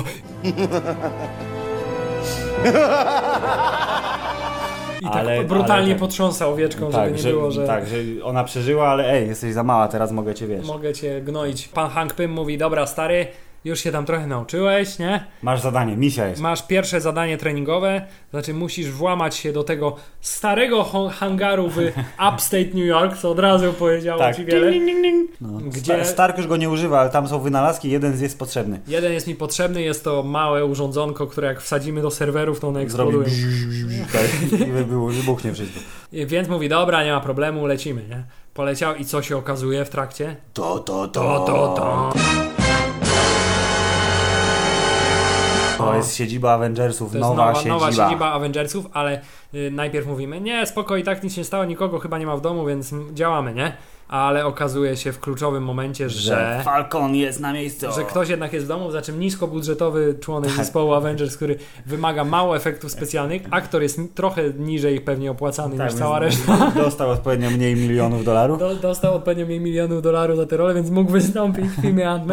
I tak ale, brutalnie ale tak, potrząsa owieczką, tak, żeby nie że, było, że... Tak, że ona przeżyła, ale ej, jesteś za mała, teraz mogę cię, wiesz... Mogę cię gnoić. Pan Hank Pym mówi, dobra stary, już się tam trochę nauczyłeś, nie? Masz zadanie, misja jest. Masz pierwsze zadanie treningowe, znaczy musisz włamać się do tego starego hangaru w Upstate New York, co od razu powiedziało tak. ci wiele. Ding, ding, ding. No. Gdzie... Stark już go nie używa, ale tam są wynalazki, jeden jest potrzebny. Jeden jest mi potrzebny, jest to małe urządzonko, które jak wsadzimy do serwerów, to one eksplodują. Tak, i wybuchnie wszystko. Więc mówi, dobra, nie ma problemu, lecimy, nie? Poleciał i co się okazuje w trakcie? To, to, to, to, to, to. To jest siedziba Avengersów, to jest nowa, nowa siedziba. nowa siedziba Avengersów, ale y, najpierw mówimy, nie, spoko, i tak nic nie stało, nikogo chyba nie ma w domu, więc działamy, nie? Ale okazuje się w kluczowym momencie, że, że Falcon jest na miejscu. Że ktoś jednak jest w domu, znaczy niskobudżetowy członek zespołu Avengers, który wymaga mało efektów specjalnych. Aktor jest trochę niżej pewnie opłacany tak, niż cała reszta. Dostał odpowiednio mniej milionów dolarów. Do, dostał odpowiednio mniej milionów dolarów za tę rolę, więc mógł wystąpić w filmie Ant-Man.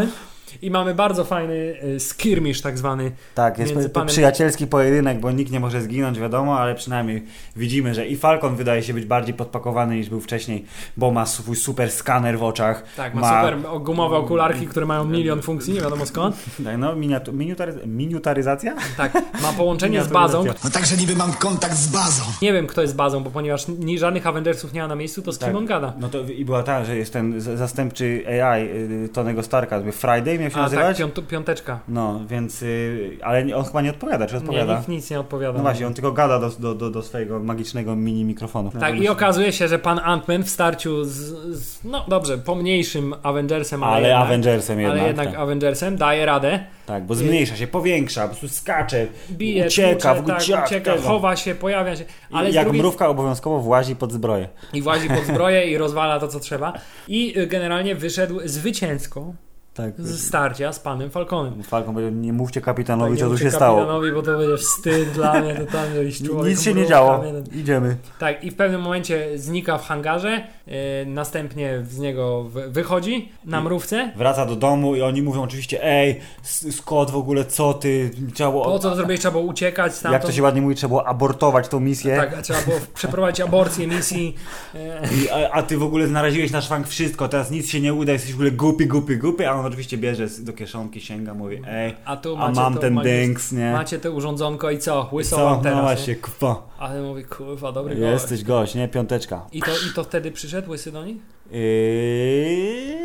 I mamy bardzo fajny skirmish tak zwany. Tak, jest po, panem... przyjacielski pojedynek, bo nikt nie może zginąć, wiadomo, ale przynajmniej widzimy, że i Falcon wydaje się być bardziej podpakowany niż był wcześniej, bo ma swój super skaner w oczach. Tak, ma, ma... super gumowe okularki, które mają milion funkcji, nie wiadomo skąd. Tak, no, miniatu... miniutaryz... miniutaryzacja? Tak, ma połączenie z bazą. No także niby mam kontakt z bazą. Nie wiem, kto jest bazą, bo ponieważ ni żadnych Avengersów nie ma na miejscu, to z kim tak. on gada? No to i była ta, że jest ten zastępczy A I Tonego Starka, Friday miał się A, nazywać? tak, piąt piąteczka. No, więc... Yy, ale on chyba nie odpowiada, czy odpowiada? Nie, nikt nic nie odpowiada. No właśnie, on tylko gada do, do, do, do swojego magicznego mini mikrofonu. Tak, no, i okazuje się, że pan Ant-Man w starciu z, z no dobrze, pomniejszym Avengersem, ale, ale jednak, Avengersem jednak. Ale jednak tak. Avengersem daje radę. Tak, bo zmniejsza się, powiększa, po prostu skacze, bije, ucieka, tłucze, w tak, ucieka, chowa się, pojawia się. Ale I jak drugiej... mrówka obowiązkowo włazi pod zbroję. I włazi pod zbroję i rozwala to, co trzeba. I generalnie wyszedł zwycięsko tak. z starcia z panem Falconem. Falcon powiedział, nie mówcie kapitanowi, tak, co tu się kapitanowi, stało. bo to będzie wstyd dla mnie. To tam Nic się nie działo, idziemy. Tak, i w pewnym momencie znika w hangarze, yy, następnie z niego wychodzi na mrówce. Wraca do domu i oni mówią oczywiście, ej, Scott w ogóle co ty? Trzeba było... Po co to zrobiłeś? Trzeba było uciekać stamtąd. Jak to się ładnie mówi, trzeba było abortować tą misję. Tak, trzeba było przeprowadzić aborcję misji. I, a, a ty w ogóle naraziłeś na szwank wszystko, teraz nic się nie uda, jesteś w ogóle głupi, głupi, głupi, a on oczywiście bierze do kieszonki, sięga, mówi, ej, a, tu a mam ten dynks, nie? Macie to urządzonko i co? Łysą co? wam teraz, no właśnie, kupa. Ale mówi, kurwa, dobry gość. Jesteś gość, nie? Piąteczka. I to, I to wtedy przyszedł Łysy do nich? Yy...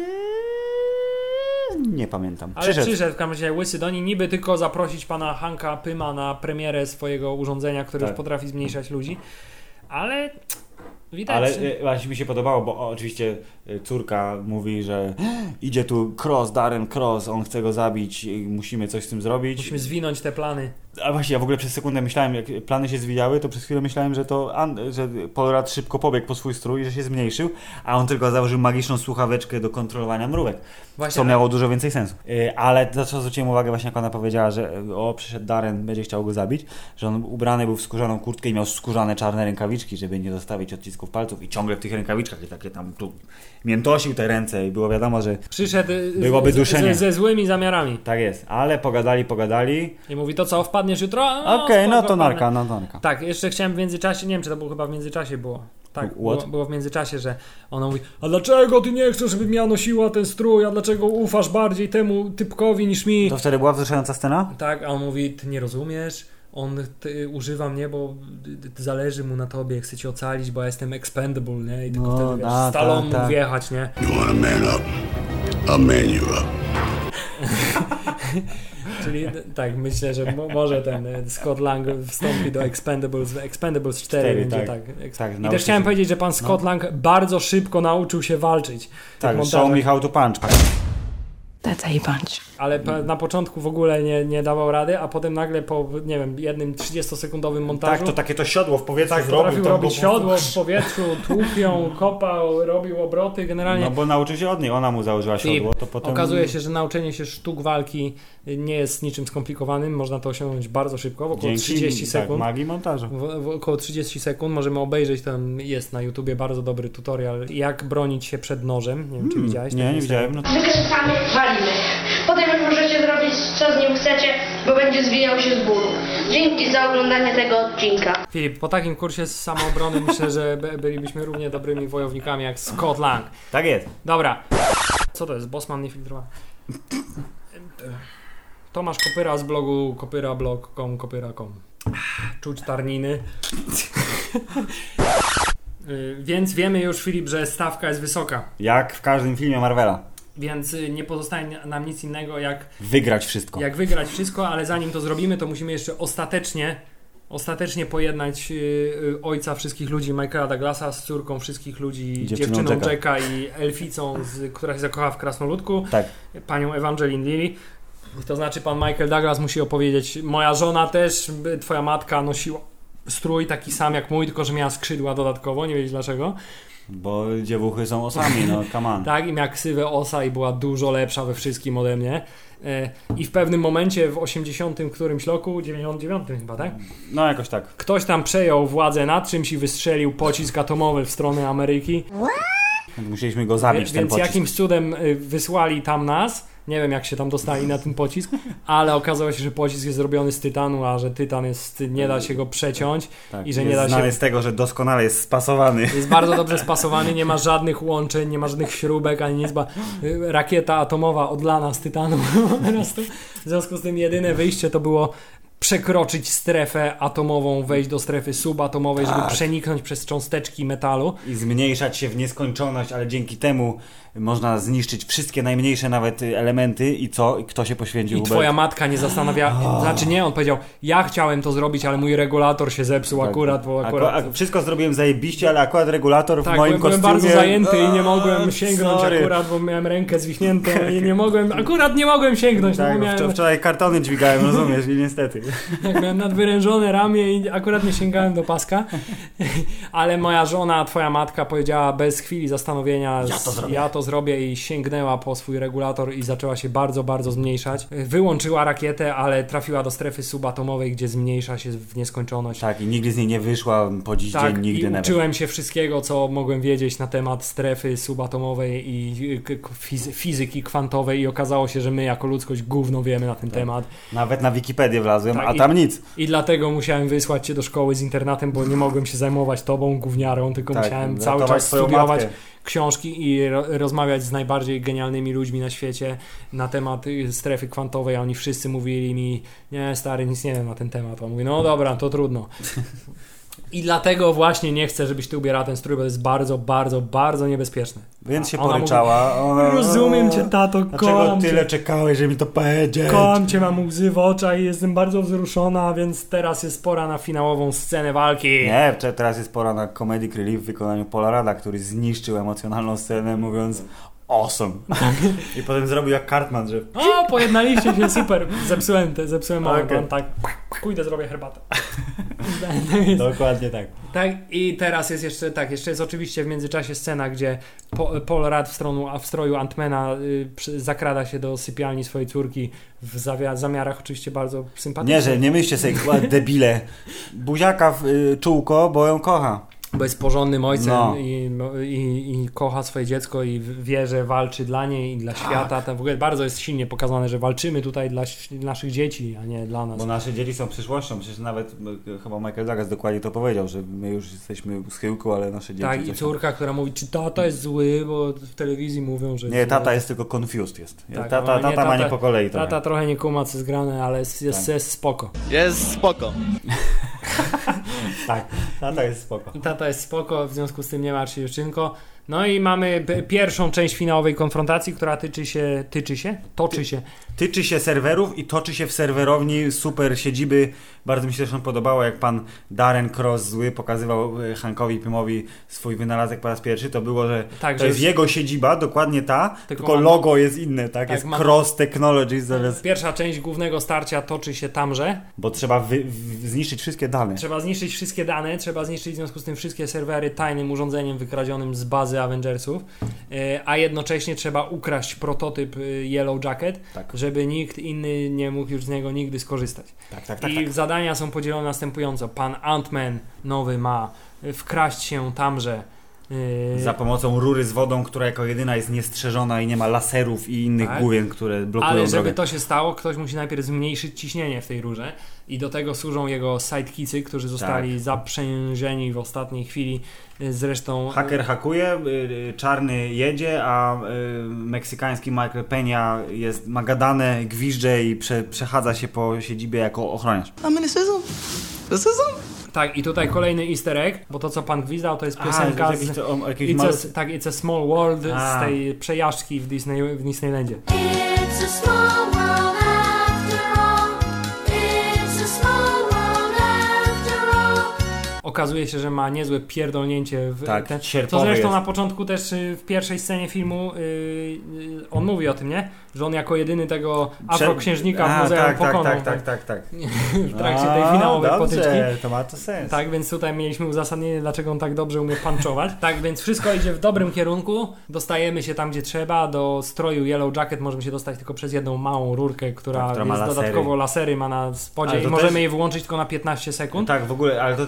Nie pamiętam. Ale przyszedł, przyszedł w każdym razie Łysy do nich, niby tylko zaprosić pana Hanka Pyma na premierę swojego urządzenia, które tak. już potrafi zmniejszać ludzi, ale... Widać. Ale właśnie mi się podobało, bo o, oczywiście córka mówi, że idzie tu Cross, Darren Cross, on chce go zabić, musimy coś z tym zrobić. Musimy zwinąć te plany. A właśnie, ja w ogóle przez sekundę myślałem, jak plany się zwijały, to przez chwilę myślałem, że to że Polrad szybko pobiegł po swój strój, że się zmniejszył, a on tylko założył magiczną słuchaweczkę do kontrolowania mrówek. Właśnie, co miało dużo więcej sensu. Ale za co zwróciłem uwagę właśnie, jak ona powiedziała, że o, przyszedł Darren, będzie chciał go zabić, że on ubrany był w skórzaną kurtkę i miał skórzane czarne rękawiczki, żeby nie zostawić odcisków palców i ciągle w tych rękawiczkach i takie tam tu miętosił te ręce i było wiadomo, że przyszedł byłoby duszenie. Ze, ze złymi zamiarami. Tak jest, ale pogadali, pogadali. I mówi, to co, wpadniesz jutro? No, Okej, okay, no to narka, no to narka. Tak, jeszcze chciałem w międzyczasie, nie wiem, czy to było chyba w międzyczasie było. Tak, było, było w międzyczasie, że ona mówi, a dlaczego ty nie chcesz, żebym ja nosiła ten strój, a dlaczego ufasz bardziej temu typkowi niż mi? To wtedy była wzruszająca scena? Tak, a on mówi, ty nie rozumiesz, on ty, używa mnie, bo ty, zależy mu na tobie, chce cię ocalić, bo ja jestem expendable, nie? I tylko no, wtedy, wiesz, da, Stallone mógł tak. wjechać, nie? You want a man up, a man you up. Czyli tak, myślę, że mo może ten Scott Lang wstąpi do Expendables, Expendables cztery będzie tak. tak. tak I też chciałem się. powiedzieć, że pan Scott no. Lang bardzo szybko nauczył się walczyć. Tak, show me how to punch. That's how you punch. Ale na początku w ogóle nie, nie dawał rady, a potem nagle po, nie wiem, jednym trzydziestosekundowym montażu... Tak, to takie to siodło w powietrzu tak, zrobił. Tak, robić siodło w powietrzu, tłupią, kopał, robił obroty, generalnie... No bo nauczył się od niej, ona mu założyła siodło, to potem... Okazuje się, że nauczenie się sztuk walki nie jest niczym skomplikowanym, można to osiągnąć bardzo szybko, w około Dzięki, trzydzieści sekund. Tak, magii montażu. W, w około trzydzieści sekund możemy obejrzeć, tam jest na YouTubie bardzo dobry tutorial, jak bronić się przed nożem, nie wiem, czy hmm, widziałeś? Nie, nie widziałem. No. Wykręcamy, walimy. Potem już możecie zrobić, co z nim chcecie, bo będzie zwijał się z bólu. Dzięki za oglądanie tego odcinka. Filip, po takim kursie z samoobrony myślę, że bylibyśmy równie dobrymi wojownikami jak Scott Lang. Tak jest. Dobra. Co to jest? Bossman niefiltrowany. Tomasz Kopyra z blogu kopyrablog kropka com kopyra kropka com. Czuć tarniny. Więc wiemy już, Filip, że stawka jest wysoka. Jak w każdym filmie Marvela. Więc nie pozostaje nam nic innego jak wygrać wszystko. Jak wygrać wszystko, ale zanim to zrobimy, to musimy jeszcze ostatecznie ostatecznie pojednać yy, ojca wszystkich ludzi Michaela Douglasa z córką wszystkich ludzi, dziewczyną, dziewczyną Jacka. Jacka i elficą, z, która się zakochała w krasnoludku, tak. panią Evangeline Lilly. To znaczy pan Michael Douglas musi opowiedzieć, moja żona też, twoja matka nosiła strój taki sam jak mój, tylko że miała skrzydła dodatkowo, nie wiedzieć dlaczego. Bo dziewuchy są osami, no come on. Tak, i miała ksywę osa i była dużo lepsza we wszystkim ode mnie. I w pewnym momencie w osiemdziesiątym którymś roku, dziewięćdziesiątym dziewiątym chyba, tak? No jakoś tak. Ktoś tam przejął władzę nad czymś i wystrzelił pocisk atomowy w stronę Ameryki. Musieliśmy go zabić, Więc ten pocisk. jakimś cudem wysłali tam nas, Nie wiem, jak się tam dostali na ten pocisk, ale okazało się, że pocisk jest zrobiony z tytanu, a że tytan jest, nie da się go przeciąć tak, i że jest nie da znany się... z tego, że doskonale jest spasowany. Jest bardzo dobrze spasowany, nie ma żadnych łączeń, nie ma żadnych śrubek, ani nic, bo rakieta atomowa odlana z tytanu po prostu. W związku z tym jedyne wyjście to było przekroczyć strefę atomową, wejść do strefy subatomowej, tak. żeby przeniknąć przez cząsteczki metalu. I zmniejszać się w nieskończoność, ale dzięki temu można zniszczyć wszystkie najmniejsze nawet elementy i co? I kto się poświęcił? I twoja matka nie zastanawia, oh. znaczy nie, on powiedział, ja chciałem to zrobić, ale mój regulator się zepsuł tak. akurat, bo akurat... Aku- wszystko zrobiłem zajebiście, ale akurat regulator w tak, moim kostiumie... Tak, byłem bardzo zajęty oh, i nie mogłem sięgnąć sorry. akurat, bo miałem rękę zwichniętą i nie mogłem, akurat nie mogłem sięgnąć. Tak, no, miałem... wczoraj kartony dźwigałem, rozumiesz, i niestety. Tak, miałem nadwyrężone ramię i akurat nie sięgałem do paska, ale moja żona, twoja matka powiedziała bez chwili zastanowienia, ja to zrobię, ja to zrobię i sięgnęła po swój regulator i zaczęła się bardzo, bardzo zmniejszać. Wyłączyła rakietę, ale trafiła do strefy subatomowej, gdzie zmniejsza się w nieskończoność. Tak, i nigdy z niej nie wyszła po dziś tak, dzień, nigdy i nawet. uczyłem się wszystkiego, co mogłem wiedzieć na temat strefy subatomowej i fizy- fizyki kwantowej i okazało się, że my jako ludzkość gówno wiemy na ten tak. temat. Nawet na Wikipedię wlazłem, tak, a tam i, nic. I dlatego musiałem wysłać cię do szkoły z internatem, bo nie mogłem się zajmować tobą, gówniarą, tylko tak, musiałem cały czas studiować matkę. książki i ro- rozmawiać z najbardziej genialnymi ludźmi na świecie na temat strefy kwantowej, a oni wszyscy mówili mi, nie stary, nic nie wiem na ten temat. A on mówi, no dobra, to trudno. I dlatego właśnie nie chcę, żebyś ty ubierała ten strój, bo to jest bardzo, bardzo, bardzo niebezpieczne. Więc się ona poryczała. Mówi, ona... Rozumiem cię, tato, Dlaczego kocham tyle cię. czekałeś, żeby mi to powiedzieć? Kocham cię, mam łzy w oczach i jestem bardzo wzruszona, więc teraz jest pora na finałową scenę walki. Nie, teraz jest pora na comedic relief w wykonaniu Paula Rudda, który zniszczył emocjonalną scenę, mówiąc awesome. I potem zrobił jak Cartman, że... O, pojednaliście się, super. Zepsułem te, zepsułem okay. moment, tak. Pójdę, zrobię herbatę. Dokładnie tak. Tak, i teraz jest jeszcze, tak, jeszcze jest oczywiście w międzyczasie scena, gdzie Paul Rudd w, stronu, w stroju Ant-Mana y, przy, zakrada się do sypialni swojej córki w zawia- zamiarach oczywiście bardzo sympatycznych. Nie, że nie myślcie sobie, debile. Buziaka w y, czółko, bo ją kocha. Bo jest porządnym ojcem no. i, i, i kocha swoje dziecko i wie, że walczy dla niej i dla tak. świata. To w ogóle bardzo jest silnie pokazane, że walczymy tutaj dla naszych dzieci, a nie dla nas. Bo nasze dzieci są przyszłością. Przecież nawet chyba Michael Douglas dokładnie to powiedział, że my już jesteśmy u schyłku, ale nasze dzieci... Tak, i córka, tam... która mówi, czy tata jest zły, bo w telewizji mówią, że... Nie, tata jest tylko confused jest. Tak, tata, nie, tata, tata ma nie po kolei trochę. Tata trochę nie kuma, co zgrane, ale jest, jest, tak. jest spoko. Jest spoko. Tak, tata jest spoko. Tata jest spoko, w związku z tym nie martw się, dziewczynko. No i mamy p- pierwszą część finałowej konfrontacji, która tyczy się, tyczy się? Toczy się. Tyczy się serwerów i toczy się w serwerowni super siedziby. Bardzo mi się zresztą podobało, jak pan Darren Cross zły pokazywał Hankowi Pymowi swój wynalazek po raz pierwszy. To było, że tak, to że jest już... jego siedziba, dokładnie ta, tylko, tylko logo jest inne, tak? tak jest ma... Cross Technologies. Zamiast... Pierwsza część głównego starcia toczy się tamże. Bo trzeba wy, w, zniszczyć wszystkie dane. Trzeba zniszczyć wszystkie dane, trzeba zniszczyć w związku z tym wszystkie serwery tajnym urządzeniem wykradzionym z bazy Avengersów, a jednocześnie trzeba ukraść prototyp Yellow Jacket, tak. żeby nikt inny nie mógł już z niego nigdy skorzystać. Tak, tak, tak, I tak. zadania są podzielone następująco. Pan Ant-Man nowy ma wkraść się tamże Yy... za pomocą rury z wodą, która jako jedyna jest niestrzeżona i nie ma laserów i innych tak. główien, które blokują Ale żeby drogę. to się stało, ktoś musi najpierw zmniejszyć ciśnienie w tej rurze i do tego służą jego sidekicy, którzy zostali tak. zaprzężeni w ostatniej chwili. Zresztą haker hakuje, czarny jedzie, a meksykański Michael Peña jest magadane, gwizdże i prze, przechadza się po siedzibie jako ochroniarz. A my this is Tak, i tutaj kolejny easter egg, bo to co pan gwizdał to jest piosenka a, z, to, o, it's mal... a, tak, It's a Small World a. z tej przejażdżki w, Disney, w Disneylandzie. It's a small world after all. It's a small world after all. Okazuje się, że ma niezłe pierdolnięcie w tak, ten, to zresztą jest. Na początku też w pierwszej scenie filmu yy, yy, on mówi o tym, nie? Że on jako jedyny tego afroksiężnika w muzeum tak, pokonał. Tak, tak, tak, tak, tak. w trakcie tej finałowej dobrze, potyczki. To ma to sens. Tak, więc tutaj mieliśmy uzasadnienie, dlaczego on tak dobrze umie punchować. Tak, więc wszystko idzie w dobrym kierunku. Dostajemy się tam, gdzie trzeba. Do stroju Yellow Jacket możemy się dostać tylko przez jedną małą rurkę, która, tak, która jest ma lasery. dodatkowo lasery ma na spodzie i możemy też... je wyłączyć tylko na piętnaście sekund. Tak, w ogóle, ale to też jest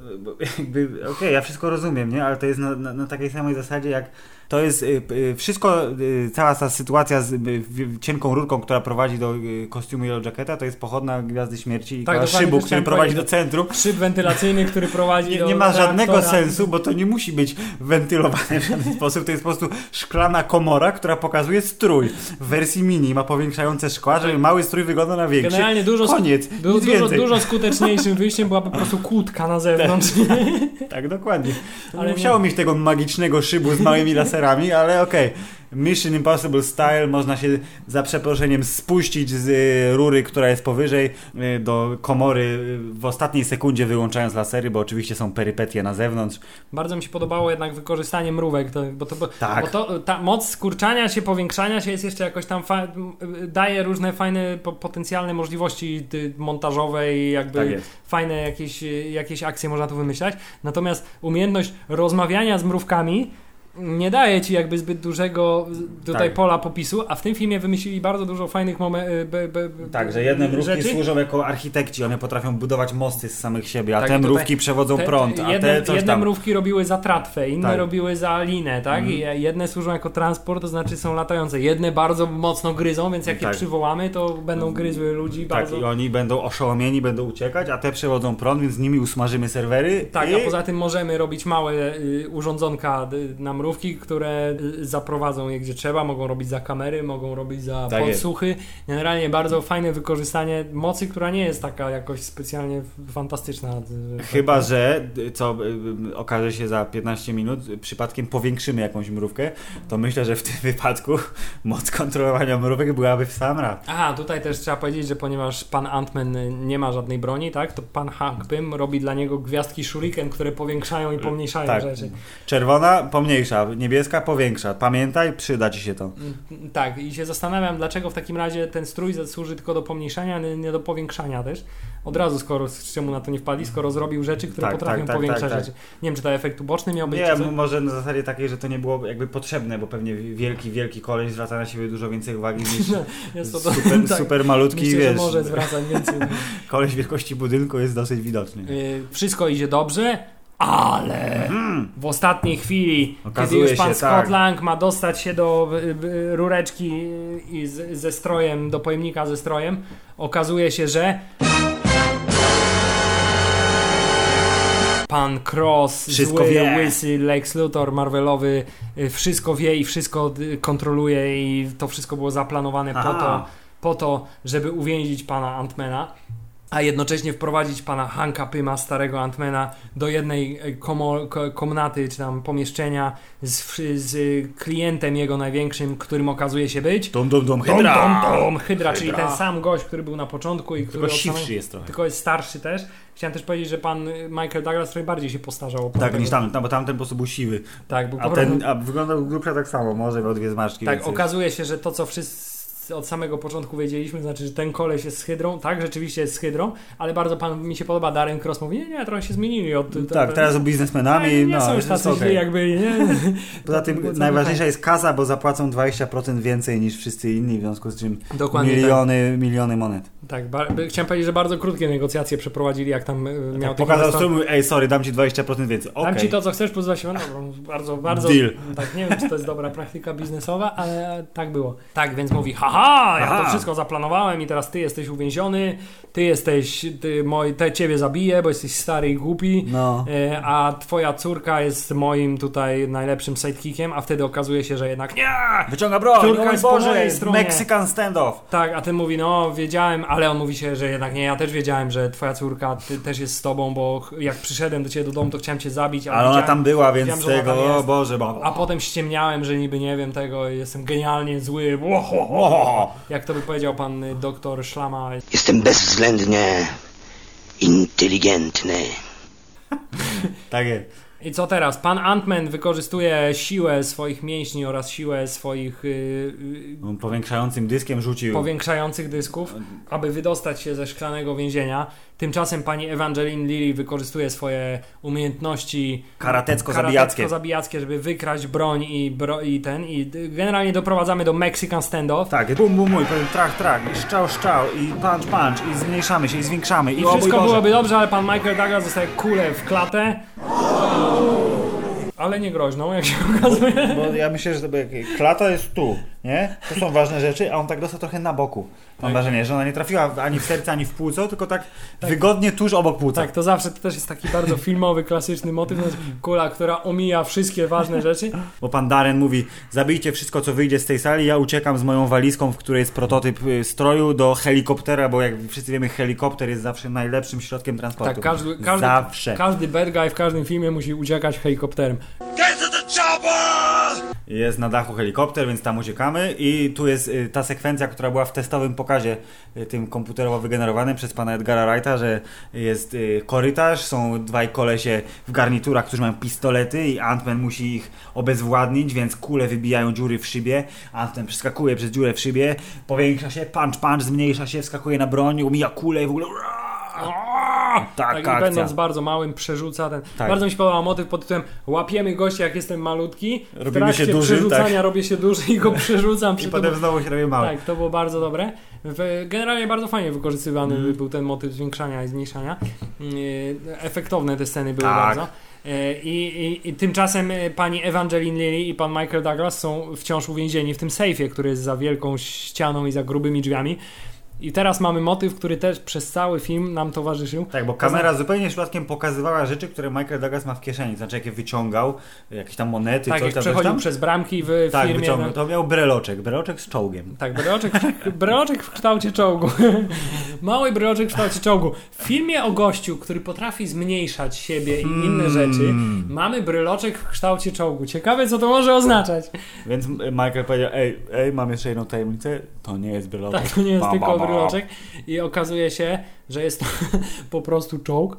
jakby, okej, okay, ja wszystko rozumiem, nie? Ale to jest na, na, na takiej samej zasadzie jak to jest y, y, wszystko, y, cała ta sytuacja z y, y, cienką rurką, która prowadzi do y, kostiumu Yellow Jacketa, to jest pochodna Gwiazdy Śmierci i tak, szybu, który prowadzi do centrum. Szyb wentylacyjny, który prowadzi nie, do nie ma reaktora. żadnego sensu, bo to nie musi być wentylowane w żaden sposób. To jest po prostu szklana komora, która pokazuje strój. W wersji mini ma powiększające szkła, żeby mały strój wyglądał na większy. Generalnie dużo, Koniec, du, dużo, dużo skuteczniejszym wyjściem była po prostu kłódka na zewnątrz. Tak, dokładnie. Ale nie musiało nie... mieć tego magicznego szybu z małymi laserami, ale okej. Okay. Mission Impossible style, można się za przeproszeniem spuścić z y, rury, która jest powyżej, y, do komory y, w ostatniej sekundzie wyłączając lasery, bo oczywiście są perypetie na zewnątrz. Bardzo mi się podobało jednak wykorzystanie mrówek, to, bo, to, bo, tak. bo to ta moc skurczania się, powiększania się jest jeszcze jakoś tam fa- daje różne fajne po, potencjalne możliwości ty, montażowe i jakby tak jest. fajne jakieś, jakieś akcje można tu wymyślać. Natomiast umiejętność rozmawiania z mrówkami nie daje ci jakby zbyt dużego tutaj tak. pola popisu, a w tym filmie wymyślili bardzo dużo fajnych momentów. Tak, że jedne mrówki rzeczy. służą jako architekci, one potrafią budować mosty z samych siebie, a tak, te tutaj, mrówki przewodzą te, prąd, a jedne, te coś jedne tam. mrówki robiły za tratwę, inne tak. robiły za linę, tak? Mm. I jedne służą jako transport, to znaczy są latające. Jedne bardzo mocno gryzą, więc jak tak. je przywołamy, to będą gryzły ludzi tak, bardzo. I oni będą oszołomieni, będą uciekać, a te przewodzą prąd, więc z nimi usmażymy serwery. Tak, i... a poza tym możemy robić małe y, urządzonka y, na mrówki, które y, zaprowadzą je gdzie trzeba, mogą robić za kamery, mogą robić za tak podsłuchy. Jest. Generalnie bardzo fajne wykorzystanie mocy, która nie jest taka jakoś specjalnie fantastyczna. Chyba, że co y, okaże się za piętnaście minut, przypadkiem powiększymy jakąś mrówkę, to myślę, że w tym wypadku moc kontrolowania mrówek byłaby w sam raz. Aha, tutaj też trzeba powiedzieć, że ponieważ pan Ant-Man nie ma żadnej broni, tak, to pan Hank Pym robi dla niego gwiazdki shuriken, które powiększają i pomniejszają tak. rzeczy. Czerwona pomniejsza, niebieska powiększa. Pamiętaj, przyda ci się to. Tak, i się zastanawiam, dlaczego w takim razie ten strój służy tylko do pomniejszania, nie do powiększania też. Od razu, skoro, z czemu na to nie wpadli, skoro zrobił rzeczy, które tak, potrafią tak, tak, powiększać tak, tak. rzeczy. Nie wiem, czy to efekt uboczny miał być. Nie, m- może na zasadzie takiej, że to nie było jakby potrzebne, bo pewnie wielki, wielki koleś zwraca na siebie dużo więcej uwagi niż no, jest to to, super, tak, super malutki, myślę, wiesz. Że może zwracać więcej. Koleś wielkości budynku jest dosyć widoczny. Yy, wszystko idzie dobrze, ale mm. w ostatniej chwili, okazuje kiedy już pan się, Scott tak. Lang ma dostać się do y, y, rureczki i z, ze strojem, do pojemnika ze strojem, okazuje się, że pan Cross, wszystko zły, wie. łysy Lex Luthor Marvelowy, wszystko wie i wszystko kontroluje i to wszystko było zaplanowane po to, po to, żeby uwięzić pana Ant-Mana, a jednocześnie wprowadzić pana Hanka Pyma, starego Ant-Mana, do jednej komo- komnaty, czy tam pomieszczenia z, z klientem jego największym, którym okazuje się być dum, dum, dum, Hydra, dum, dum, dum, Hydra, czyli ten sam gość, który był na początku i który tylko siwszy jest trochę. Tylko jest starszy też. Chciałem też powiedzieć, że pan Michael Douglas trochę bardziej się postarzał. Tak, niż tam, bo tamten po prostu był siwy. Tak, był a, ten, a wyglądał grubsza tak samo, może miał dwie zmarszczki. Tak, więcej. okazuje się, że to co wszyscy od samego początku wiedzieliśmy, znaczy, że ten koleś jest z Hydrą, tak, rzeczywiście jest z Hydrą, ale bardzo pan mi się podoba, Darren Cross mówi, nie, nie, trochę się zmienili od... Tak, ten, teraz są biznesmenami, nie, nie no, są już tacy okay. źli, jak byli, nie? Poza tym to, to najważniejsza jest kasa, bo zapłacą dwadzieścia procent więcej niż wszyscy inni, w związku z czym dokładnie miliony, tak. miliony monet. Tak, ba- chciałem powiedzieć, że bardzo krótkie negocjacje przeprowadzili, jak tam y, miał... Tak, pokazał strój, mówił, ej, sorry, dam ci dwadzieścia procent więcej. Okay. Dam ci to, co chcesz, plus dwadzieścia procent, no, bardzo, bardzo... Deal. Tak, nie wiem, czy to jest dobra praktyka biznesowa, ale tak było. Tak, więc mówi, haha, ja Aha. to wszystko zaplanowałem i teraz ty jesteś uwięziony, ty jesteś, ty, moj, te ciebie zabiję, bo jesteś stary i głupi, no. e, a twoja córka jest moim tutaj najlepszym sidekickiem, a wtedy okazuje się, że jednak nie! Wyciąga broń, córka no jest po mojej Boże, stronie. Mexican standoff. Tak, a ten mówi, no wiedziałem, ale on mówi się, że jednak nie, ja też wiedziałem, że twoja córka ty, też jest z tobą, bo jak przyszedłem do ciebie do domu, to chciałem cię zabić, ale, ale ona tam była, więc z tego, o Boże, bo... A potem ściemniałem, że niby nie wiem tego, jestem genialnie zły. Jak to by powiedział pan doktor Szlama. Jestem bezwzględnie inteligentny. Tak jest. I co teraz? Pan Ant-Man wykorzystuje siłę swoich mięśni oraz siłę swoich yy, yy, powiększającym dyskiem rzucił powiększających dysków, aby wydostać się ze szklanego więzienia. Tymczasem pani Evangeline Lilly wykorzystuje swoje umiejętności karatecko-zabijackie, karatecko-zabijackie, żeby wykraść broń i, bro, i ten i generalnie doprowadzamy do Mexican standoff. Tak, bum bum mój, powiem trach trach i szczał szczał i punch punch i zmniejszamy się i zwiększamy i, I wszystko byłoby dobrze, ale pan Michael Douglas dostaje kulę w klatę. Ale nie groźną, jak się okazuje. Bo ja myślę, że to by, klata jest tu, nie? To są ważne rzeczy, a on tak dostał trochę na boku. Mam tak. wrażenie, że ona nie trafiła ani w serce, ani w płuco, tylko tak, tak wygodnie tuż obok płuca. Tak, to zawsze to też jest taki bardzo filmowy, klasyczny motyw. To jest kula, która omija wszystkie ważne rzeczy. Bo pan Darren mówi, zabijcie wszystko, co wyjdzie z tej sali, ja uciekam z moją walizką, w której jest prototyp stroju do helikoptera, bo jak wszyscy wiemy, helikopter jest zawsze najlepszym środkiem transportu. Tak, każdy, każdy, zawsze. Każdy bad guy w każdym filmie musi uciekać helikopterem. Get to the chopper! Jest na dachu helikopter, więc tam uciekamy i tu jest y, ta sekwencja, która była w testowym pokazie y, tym komputerowo wygenerowanym przez pana Edgara Wrighta, że jest y, korytarz, są dwaj kolesie w garniturach, którzy mają pistolety i Ant-Man musi ich obezwładnić, więc kule wybijają dziury w szybie, Ant-Man przeskakuje przez dziurę w szybie, powiększa się, punch punch, zmniejsza się, wskakuje na broń, umija kulę i w ogóle... Tak, tak, i będąc bardzo małym przerzuca ten. Tak. Bardzo mi się podobał motyw pod tytułem łapiemy gościa, jak jestem malutki, w robimy trakcie się duży, przerzucania tak. robię się duży i go przerzucam. I potem znowu się robię mały. Tak, to było bardzo dobre. Generalnie bardzo fajnie wykorzystywany mm. był ten motyw zwiększania i zmniejszania. Efektowne te sceny były tak. bardzo. I, i, I tymczasem pani Evangeline Lilly i pan Michael Douglas są wciąż uwięzieni w tym sejfie, który jest za wielką ścianą i za grubymi drzwiami. I teraz mamy motyw, który też przez cały film nam towarzyszył. Tak, bo kamera zupełnie przypadkiem pokazywała rzeczy, które Michael Douglas ma w kieszeni. Znaczy, jakie wyciągał, jakieś tam monety, tak, coś tam. przechodził tam. przez bramki w tak, firmie. Wyciągnął. To miał breloczek, breloczek z czołgiem. Tak, breloczek, breloczek w kształcie czołgu. Mały breloczek w kształcie czołgu. W filmie o gościu, który potrafi zmniejszać siebie i inne hmm. rzeczy, mamy breloczek w kształcie czołgu. Ciekawe, co to może oznaczać. Więc Michael powiedział, ej, ej, mam jeszcze jedną tajemnicę, to nie jest breloczek. Tak, to nie jest ba, tylko ba, ba. breloczek. I okazuje się, że jest to po prostu czołg,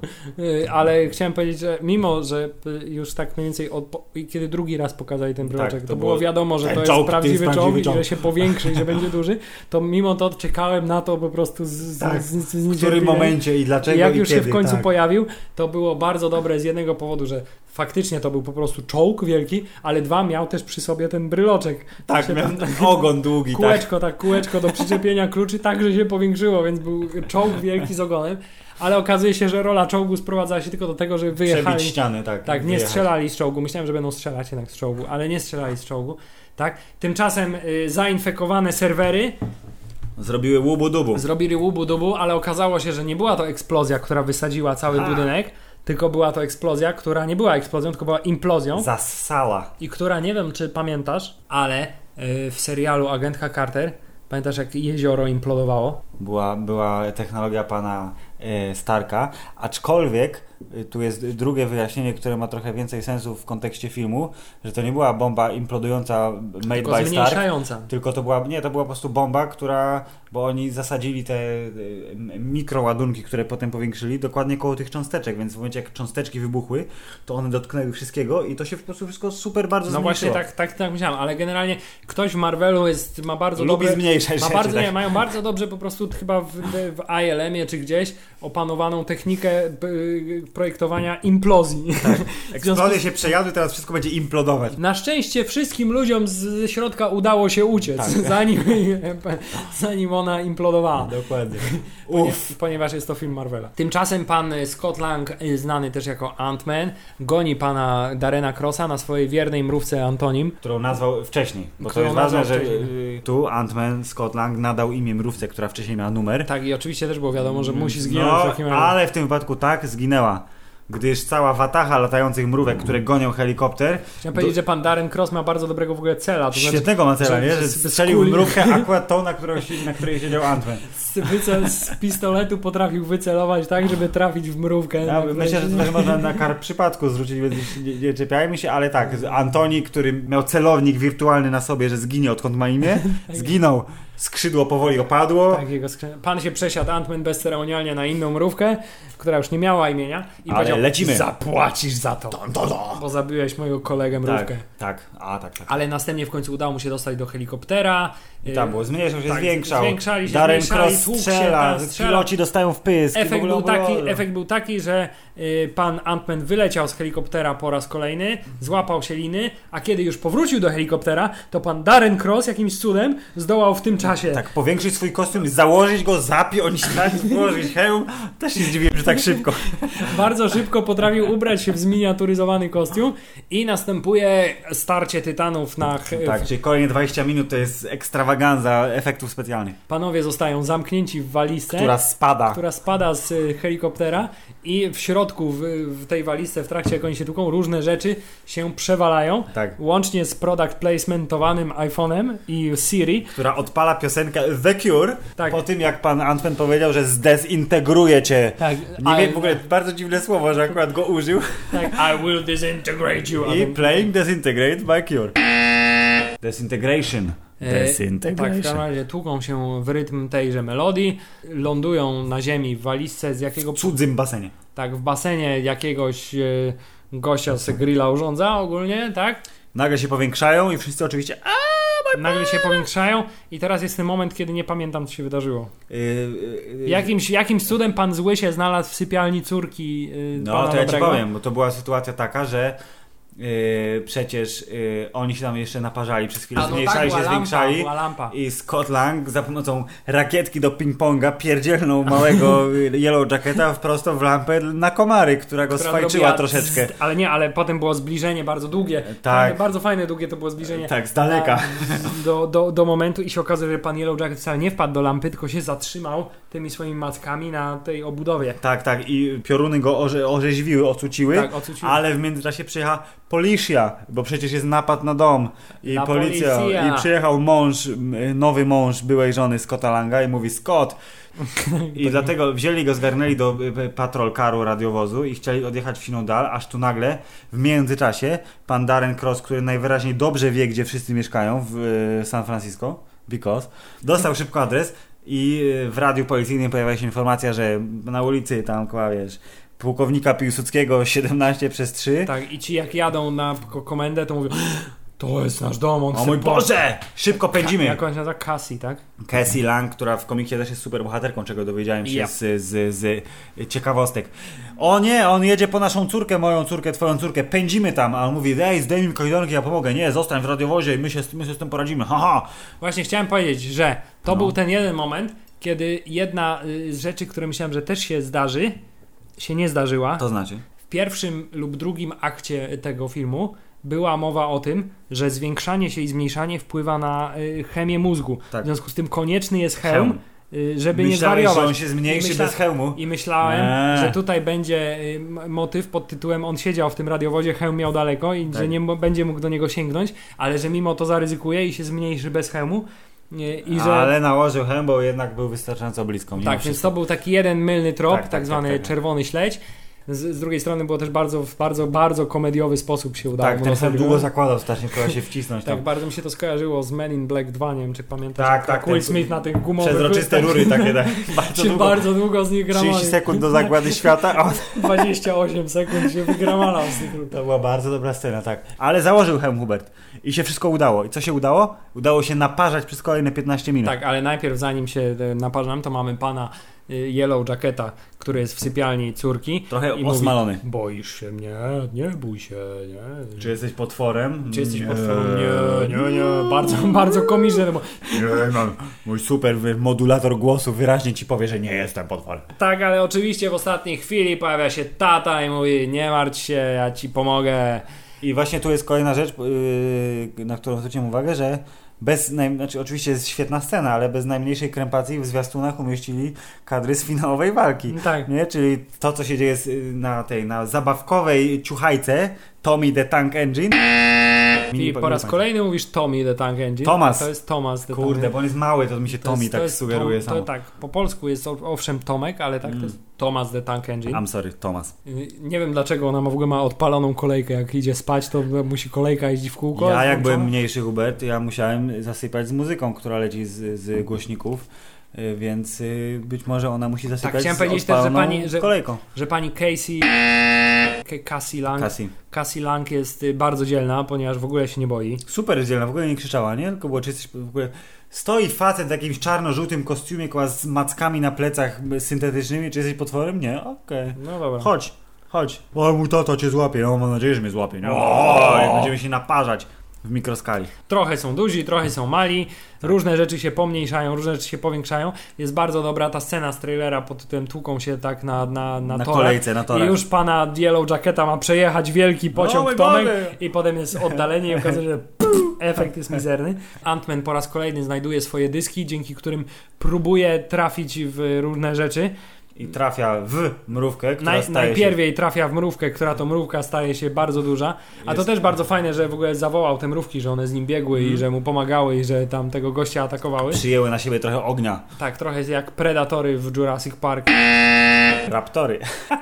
ale chciałem powiedzieć, że mimo, że już tak mniej więcej od, kiedy drugi raz pokazali ten breloczek, tak, to, to było wiadomo, że to jest czołg, prawdziwy jest czołg i czołg. że się powiększy i że będzie duży, to mimo to czekałem na to po prostu z, tak, z, z, z w którym momencie i dlaczego i jak i już kiedy, się w końcu tak. pojawił, to było bardzo dobre z jednego powodu, że faktycznie to był po prostu czołg wielki, ale dwa, miał też przy sobie ten bryloczek. Tak, miał ten ogon długi. Kółeczko, tak. tak, kółeczko do przyczepienia kluczy, tak, że się powiększyło, więc był czołg wielki z ogonem, ale okazuje się, że rola czołgu sprowadzała się tylko do tego, że wyjechali. Przebić ściany, tak. Tak, nie wyjechać. strzelali z czołgu. Myślałem, że będą strzelać jednak z czołgu, ale nie strzelali z czołgu. Tak. Tymczasem y, zainfekowane serwery zrobiły łubu-dubu. Zrobili łubu-dubu, ale okazało się, że nie była to eksplozja, która wysadziła cały A. budynek, tylko była to eksplozja, która nie była eksplozją, tylko była implozją. Zassała. I która, nie wiem czy pamiętasz, ale y, w serialu Agentka Carter, pamiętasz jak jezioro implodowało? Była, była technologia pana y, Starka, aczkolwiek y, tu jest drugie wyjaśnienie, które ma trochę więcej sensu w kontekście filmu, że to nie była bomba implodująca made tylko by zmniejszająca. Stark, tylko to była, nie, to była po prostu bomba, która, bo oni zasadzili te y, mikroładunki, które potem powiększyli dokładnie koło tych cząsteczek, więc w momencie jak cząsteczki wybuchły, to one dotknęły wszystkiego i to się po prostu wszystko super bardzo no zmniejszyło. No właśnie tak, tak, tak myślałem, ale generalnie ktoś w Marvelu jest, ma bardzo Lubi dobre... zmniejszać ma rzeczy, bardzo, tak. nie, mają bardzo dobrze po prostu chyba w, w I L M ie czy gdzieś opanowaną technikę y, projektowania implozji. Tak. Eksplozje się przejadły, teraz wszystko będzie implodować. Na szczęście wszystkim ludziom z środka udało się uciec, tak. zanim, zanim ona implodowała. Dokładnie. Uff. Ponieważ jest to film Marvela. Tymczasem pan Scott Lang, znany też jako Ant-Man, goni pana Darrena Crossa na swojej wiernej mrówce Antonim. Którą nazwał wcześniej. Bo to jest ważne, że tu Ant-Man, Scott Lang nadał imię mrówce, która wcześniej miała numer. Tak, i oczywiście też było wiadomo, że musi zginąć no, w takim razie. Ale w tym wypadku tak, zginęła. Gdyż cała watacha latających mrówek, które gonią helikopter... Chciałem do... powiedzieć, że pan Darren Cross ma bardzo dobrego w ogóle cela. To Świetnego znaczy, ma cela, że, nie? Że że strzelił skuli... mrówkę akurat tą, na, którą, na której siedział Ant-Man. Z, wycel, z pistoletu potrafił wycelować tak, żeby trafić w mrówkę. Ja, myślę, że to można na kar przypadku zwrócić, więc nie, nie czepiajmy się, ale tak, Antoni, który miał celownik wirtualny na sobie, że zginie odkąd ma imię, zginął. skrzydło powoli opadło. Tak, jego skrzydło. Pan się przesiadł, Ant-Man bezceremonialnie na inną mrówkę, która już nie miała imienia i Ale powiedział, lecimy. zapłacisz za to, Dun, dun, dun. bo zabiłeś mojego kolegę mrówkę. Tak, tak, a tak, tak. Ale następnie w końcu udało mu się dostać do helikoptera. Tam było, zmniejszał się, tak, zwiększał. Zwiększali się, Darren zmniejszali, Cross tłukł strzela, się, strzela. piloci dostają w pysk. Efekt był, taki, efekt był taki, że y, pan Ant-Man wyleciał z helikoptera po raz kolejny, złapał się liny, a kiedy już powrócił do helikoptera, to pan Darren Cross jakimś cudem zdołał w tym czasie tak powiększyć swój kostium, założyć go, zapiąć, tak, włożyć hełm. Też się zdziwiłem, że tak szybko. Bardzo szybko potrafił ubrać się w zminiaturyzowany kostium i następuje starcie tytanów na... Tak, czyli kolejne dwadzieścia minut to jest ekstrawaganza efektów specjalnych. Panowie zostają zamknięci w walizce, która spada. która spada z helikoptera i w środku w, w tej walizce, w trakcie jak oni się tłuką, różne rzeczy się przewalają. Tak. Łącznie z product placementowanym iPhone'em i Siri. Która odpala piosenkę The Cure tak. po tym, jak pan Ant-Man powiedział, że zdezintegruje cię. Tak. Nie I, wiem, w ogóle bardzo dziwne słowo, że akurat go użył. Tak. I will disintegrate you. I playing Disintegrate by Cure. Disintegration. Tak, w każdym razie tłuką się w rytm tejże melodii, lądują na ziemi w walizce z jakiego... W cudzym basenie. Tak, w basenie jakiegoś e, gościa z grilla urządza ogólnie, tak? Nagle się powiększają i wszyscy oczywiście nagle się powiększają i teraz jest ten moment, kiedy nie pamiętam, co się wydarzyło. Yy, yy, jakimś, jakimś cudem pan zły się znalazł w sypialni córki yy, no pana to ja dobrego. ci powiem, bo to była sytuacja taka, że Yy, przecież yy, oni się tam jeszcze naparzali przez chwilę, A, no zmniejszali tak, się, była zwiększali lampa, była lampa. I Scott Lang za pomocą rakietki do ping-ponga pierdzielnął małego Yellow Jacketa prosto w lampę na komary, która go która sfajczyła troszeczkę. Zzz, ale nie, ale potem było zbliżenie bardzo długie. Tak. Bardzo fajne, długie to było zbliżenie. Tak, z daleka. Do, do, do momentu i się okazuje, że pan Yellow Jacket wcale nie wpadł do lampy, tylko się zatrzymał tymi swoimi mackami na tej obudowie. Tak, tak i pioruny go orze, orzeźwiły, ocuciły, tak, ocuciły, ale w międzyczasie przyjechała policja, bo przecież jest napad na dom i La policja, policja. i przyjechał mąż, nowy mąż byłej żony Scotta Langa i mówi Scott i dlatego wzięli go, zgarnęli do patrol caru radiowozu i chcieli odjechać w siną dal, aż tu nagle w międzyczasie pan Darren Cross, który najwyraźniej dobrze wie, gdzie wszyscy mieszkają w San Francisco, because dostał szybko adres i w radiu policyjnym pojawia się informacja, że na ulicy tam, wiesz, pułkownika Piłsudskiego siedemnaście przez trzy. Tak, i ci jak jadą na komendę, to mówią, to jest nasz dom. On o mój Boże! Szybko pędzimy! Jak on się nazywa? Cassie, tak? Cassie Lang, która w komiksie też jest super bohaterką, czego dowiedziałem się yep. z, z, z ciekawostek. O nie, on jedzie po naszą córkę, moją córkę, twoją córkę, pędzimy tam, a on mówi, ej, zdejmij mi kajdanki, ja pomogę. Nie, zostań w radiowozie i my się, my się z tym poradzimy. Haha! Właśnie chciałem powiedzieć, że to no. był ten jeden moment, kiedy jedna z rzeczy, które myślałem, że też się zdarzy, się nie zdarzyła. To znaczy? W pierwszym lub drugim akcie tego filmu była mowa o tym, że zwiększanie się i zmniejszanie wpływa na y, chemię mózgu. Tak. W związku z tym konieczny jest hełm, hełm. Y, żeby Myślałeś, nie zwariować. że on się zmniejszy myśla... bez hełmu? I myślałem, eee. że tutaj będzie y, motyw pod tytułem on siedział w tym radiowozie, hełm miał daleko i tak. że nie m- będzie mógł do niego sięgnąć, ale że mimo to zaryzykuje i się zmniejszy bez hełmu. I że... Ale nałożył hełm, bo jednak był wystarczająco blisko. Tak, więc to był taki jeden mylny trop, tak, tak, tak zwany tak, tak, czerwony śledź. Z, z drugiej strony było też bardzo, w bardzo, bardzo komediowy sposób się udało. Tak, ten hełm długo zakładał, strasznie próbował się wcisnąć tak, tam. bardzo mi się to skojarzyło z Men in Black dwa, nie wiem czy pamiętasz. Tak, tak. Will Smith na tych gumowych... Przezroczyste rury takie, tak. Bardzo się długo. bardzo długo z nich gramali. trzydzieści sekund do zagłady świata, a on... dwadzieścia osiem sekund się wygramalał z tych rur. To była bardzo dobra scena, tak. Ale założył hełm Hubert i się wszystko udało. I co się udało? Udało się naparzać przez kolejne piętnaście minut. Tak, ale najpierw zanim się naparzam, to mamy pana Yellow Jacketa, który jest w sypialni córki. Trochę i osmalony. Mówi, boisz się mnie? Nie bój się. Nie. Czy jesteś potworem? Czy jesteś nie. potworem? Nie, nie, nie. Bardzo, bardzo komiczne. Bo... Nie, mam mój super modulator głosu wyraźnie ci powie, że nie jestem potworem. Tak, ale oczywiście w ostatniej chwili pojawia się tata i mówi, nie martw się, ja ci pomogę. I właśnie tu jest kolejna rzecz, yy, na którą zwróciłem uwagę, że bez, naj... znaczy oczywiście jest świetna scena, ale bez najmniejszej krępacji w zwiastunach umieścili kadry z finałowej walki. Tak. Nie? Czyli to, co się dzieje na tej, na zabawkowej ciuchajce Tommy the Tank Engine. I po raz kolejny mówisz Tommy the Tank Engine. Thomas. To jest Thomas the Kurde, Tank. Bo on jest mały, to mi się to Tommy jest, tak jest sugeruje Tom, samo. To tak, po polsku jest owszem Tomek, ale tak, mm. to jest Thomas the Tank Engine. I'm sorry, Thomas. Nie wiem dlaczego ona w ogóle ma odpaloną kolejkę, jak idzie spać, to musi kolejka jeździć w kółko. Ja jak byłem mniejszy, Hubert, ja musiałem zasypać z muzyką, która leci z, z głośników, więc być może ona musi zasypać tak, chciałem z powiedzieć też, że pani, że, kolejką. Że pani Casey Cassie Lang Cassie. Cassie Lang jest bardzo dzielna, ponieważ w ogóle się nie boi. Super jest dzielna, w ogóle nie krzyczała, nie? Tylko było, czy jesteś w ogóle... Stoi facet w jakimś czarno-żółtym kostiumie z mackami na plecach syntetycznymi, czy jesteś potworem? Nie? Okej. Okay. No dobra. Chodź, chodź. O, mój tata cię złapie. No, mam nadzieję, że mnie złapie. No, o, będziemy się naparzać w mikroskali. Trochę są duzi, trochę są mali, różne rzeczy się pomniejszają, różne rzeczy się powiększają. Jest bardzo dobra ta scena z trailera pod tytułem tłuką się tak na na, na, na torach. kolejce, na torach. I już pana Yellow Jacketa ma przejechać wielki pociąg no, Tomek i potem jest oddalenie i okazuje się, że pum, efekt jest mizerny. Ant-Man po raz kolejny znajduje swoje dyski, dzięki którym próbuje trafić w różne rzeczy. I trafia w mrówkę, która Naj, staje najpierwiej się... trafia w mrówkę, która to mrówka staje się bardzo duża. A Jest... to też bardzo fajne, że w ogóle zawołał te mrówki, że one z nim biegły mm. i że mu pomagały i że tam tego gościa atakowały. Przyjęły na siebie trochę ognia. Tak, trochę jak Predatory w Jurassic Park. Raptory.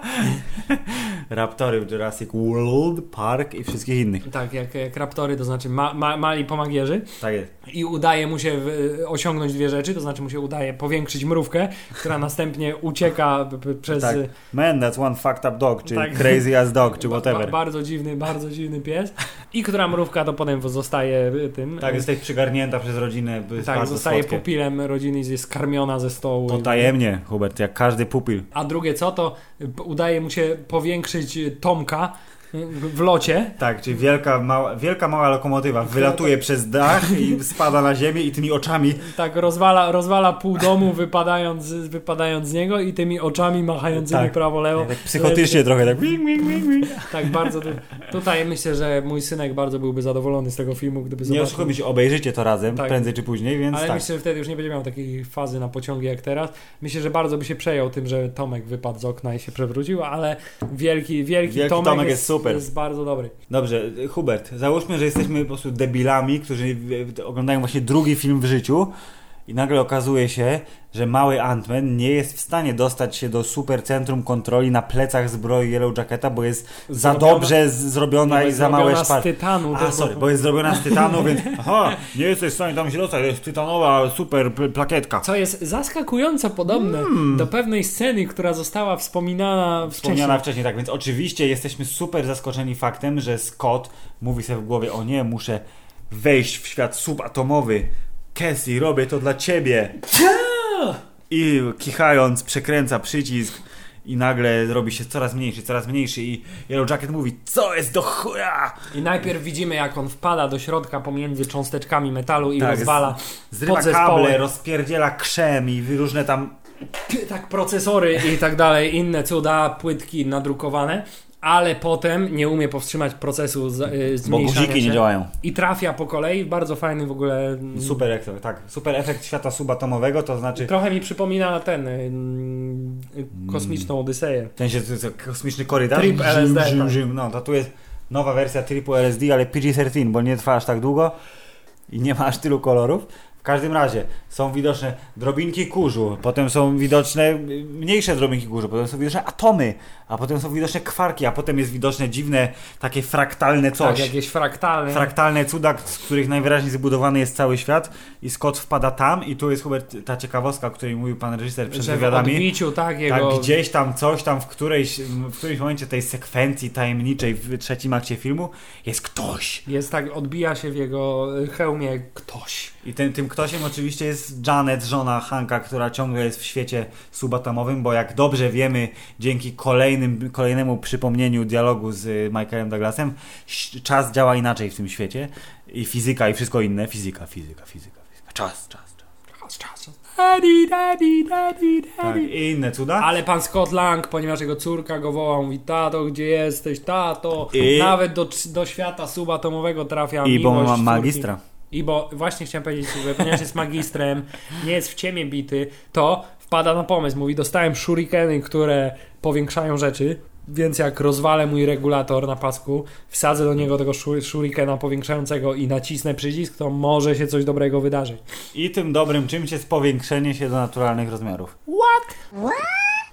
Raptory w Jurassic World Park i wszystkich innych. Tak, jak, jak Raptory, to znaczy ma, ma, mali pomagierzy. Tak jest. I udaje mu się w, osiągnąć dwie rzeczy, to znaczy mu się udaje powiększyć mrówkę, która następnie ucieka p- p- przez... Tak. Man, that's one fucked up dog, czy tak. crazy ass dog, czy whatever. Ba- bardzo dziwny, bardzo dziwny pies. I która mrówka to potem zostaje tym... Tak, jesteś przygarnięta przez rodzinę. Tak, zostaje słodkie. Pupilem rodziny i jest karmiona ze stołu. To tajemnie, Hubert, jak każdy pupil. A drugie co, to udaje mu się powiększyć Tomka w locie. Tak, czyli wielka mała, wielka mała lokomotywa wylatuje przez dach i spada na ziemię i tymi oczami... Tak, rozwala, rozwala pół domu wypadając, wypadając z niego i tymi oczami machającymi tak, prawo-lewo. Tak psychotycznie Le... trochę, tak... Tak, bardzo... Tutaj myślę, że mój synek bardzo byłby zadowolony z tego filmu, gdyby zobaczył... Nie oszukujmy się, obejrzycie to razem, tak. prędzej czy później, więc Ale tak. myślę, że wtedy już nie będzie miał takiej fazy na pociągi jak teraz. Myślę, że bardzo by się przejął tym, że Tomek wypadł z okna i się przewrócił, ale wielki, wielki, wielki Tomek, Tomek jest, jest super. jest bardzo dobry. Dobrze, Hubert, załóżmy, że jesteśmy po prostu debilami, którzy oglądają właśnie drugi film w życiu i nagle okazuje się, że mały Ant-Man nie jest w stanie dostać się do super centrum kontroli na plecach zbroi Yellow Jacketa, bo jest zrobiona, za dobrze zrobiona i za małe szpary. z tytanu. A, sorry, bo jest zrobiona z tytanu, więc aha, nie jesteś w stanie tam się dostać, jest tytanowa super plakietka. Co jest zaskakująco podobne hmm. do pewnej sceny, która została wspominana wcześniej. Wspomniana wcześniej, tak, więc oczywiście jesteśmy super zaskoczeni faktem, że Scott mówi sobie w głowie, o nie, muszę wejść w świat subatomowy. Cassie, robię to dla ciebie. I kichając przekręca przycisk i nagle robi się coraz mniejszy, coraz mniejszy i Yellow Jacket mówi, co jest do chuja? I najpierw widzimy, jak on wpada do środka pomiędzy cząsteczkami metalu i tak, rozwala z, zrywa kable, rozpierdziela krzem i różne tam tak procesory i tak dalej, inne cuda, płytki nadrukowane. Ale potem nie umie powstrzymać procesu z, y, zmniejszania bo guziki się nie działają. I trafia po kolei, bardzo fajny w ogóle... Super efekt, tak. Super efekt świata subatomowego, to znaczy... Trochę mi przypomina ten y, y, kosmiczną Odyseję. W sensie to, to, kosmiczny korytarz? Trip L S D. Żym, żym, no, to tu jest nowa wersja Tripu L S D, ale P G trzynaście, bo nie trwa aż tak długo i nie ma aż tylu kolorów. W każdym razie są widoczne drobinki kurzu, potem są widoczne mniejsze drobinki kurzu, potem są widoczne atomy, a potem są widoczne kwarki, a potem jest widoczne dziwne, takie fraktalne coś. Tak, jakieś fraktalne. Fraktalne cuda, z których najwyraźniej zbudowany jest cały świat i Scott wpada tam i tu jest Hubert ta ciekawostka, o której mówił pan reżyser przed że wywiadami. W odbiciu, tak, jego... tak, gdzieś tam coś tam w którejś, w którymś momencie tej sekwencji tajemniczej w trzecim akcie filmu jest ktoś. Jest tak, odbija się w jego hełmie ktoś. I ten, tym ktośem oczywiście jest Janet, żona Hanka, która ciągle jest w świecie subatomowym, bo jak dobrze wiemy, dzięki kolejnym, kolejnemu przypomnieniu dialogu z Michaelem Douglasem, czas działa inaczej w tym świecie. I fizyka, i wszystko inne. Fizyka, fizyka, fizyka, fizyka. Czas, czas, czas. Czas, czas, czas. Daddy, daddy, daddy, daddy. Tak, i inne cuda. Ale pan Scott Lang, ponieważ jego córka go woła, mówi, tato, gdzie jesteś, tato. I... Nawet do, do świata subatomowego trafia I miłość bo ma magistra. I bo właśnie chciałem powiedzieć, że ponieważ jest magistrem, nie jest w ciemię bity, to wpada na pomysł. Mówi, dostałem shurikeny, które powiększają rzeczy, więc jak rozwalę mój regulator na pasku, wsadzę do niego tego shurikena powiększającego i nacisnę przycisk, to może się coś dobrego wydarzyć. I tym dobrym czymś jest powiększenie się do naturalnych rozmiarów. What? What?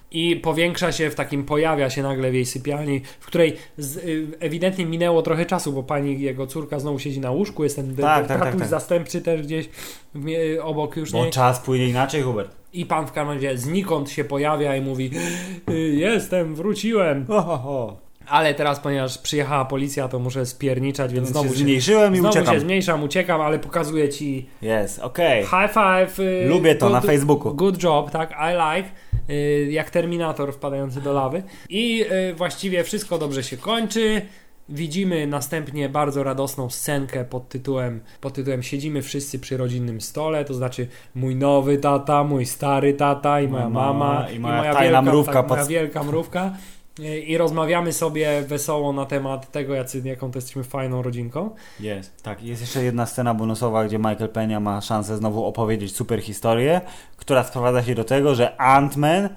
i powiększa się w takim, pojawia się nagle w jej sypialni, w której z, y, ewidentnie minęło trochę czasu, bo pani, jego córka znowu siedzi na łóżku, jest ten tak, tatuś tak, tak, tak. zastępczy też gdzieś w, y, obok już Bo nie. czas płynie inaczej, Hubert. I pan w każdym razie znikąd się pojawia i mówi y, jestem, wróciłem. Ho, ho, ho. Ale teraz, ponieważ przyjechała policja, to muszę spierniczać, więc, Więc znowu się zmniejszyłem i znowu uciekam. się zmniejszam, uciekam, ale pokazuję ci Jest, okej. high five. Y, Lubię to good, na Facebooku. Good job, tak, I like. Y, jak Terminator wpadający do lawy. I y, właściwie wszystko dobrze się kończy. Widzimy następnie bardzo radosną scenkę pod tytułem, pod tytułem siedzimy wszyscy przy rodzinnym stole, to znaczy mój nowy tata, mój stary tata i moja Mama, mama i moja i moja tajna wielka, mrówka tak, pod- moja wielka mrówka. I rozmawiamy sobie wesoło na temat tego, jacy, jaką to jesteśmy fajną rodzinką. Jest, tak. Jest jeszcze jedna scena bonusowa, gdzie Michael Peña ma szansę znowu opowiedzieć super historię, która sprowadza się do tego, że Ant-Man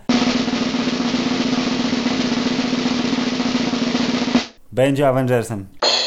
będzie Avengersem.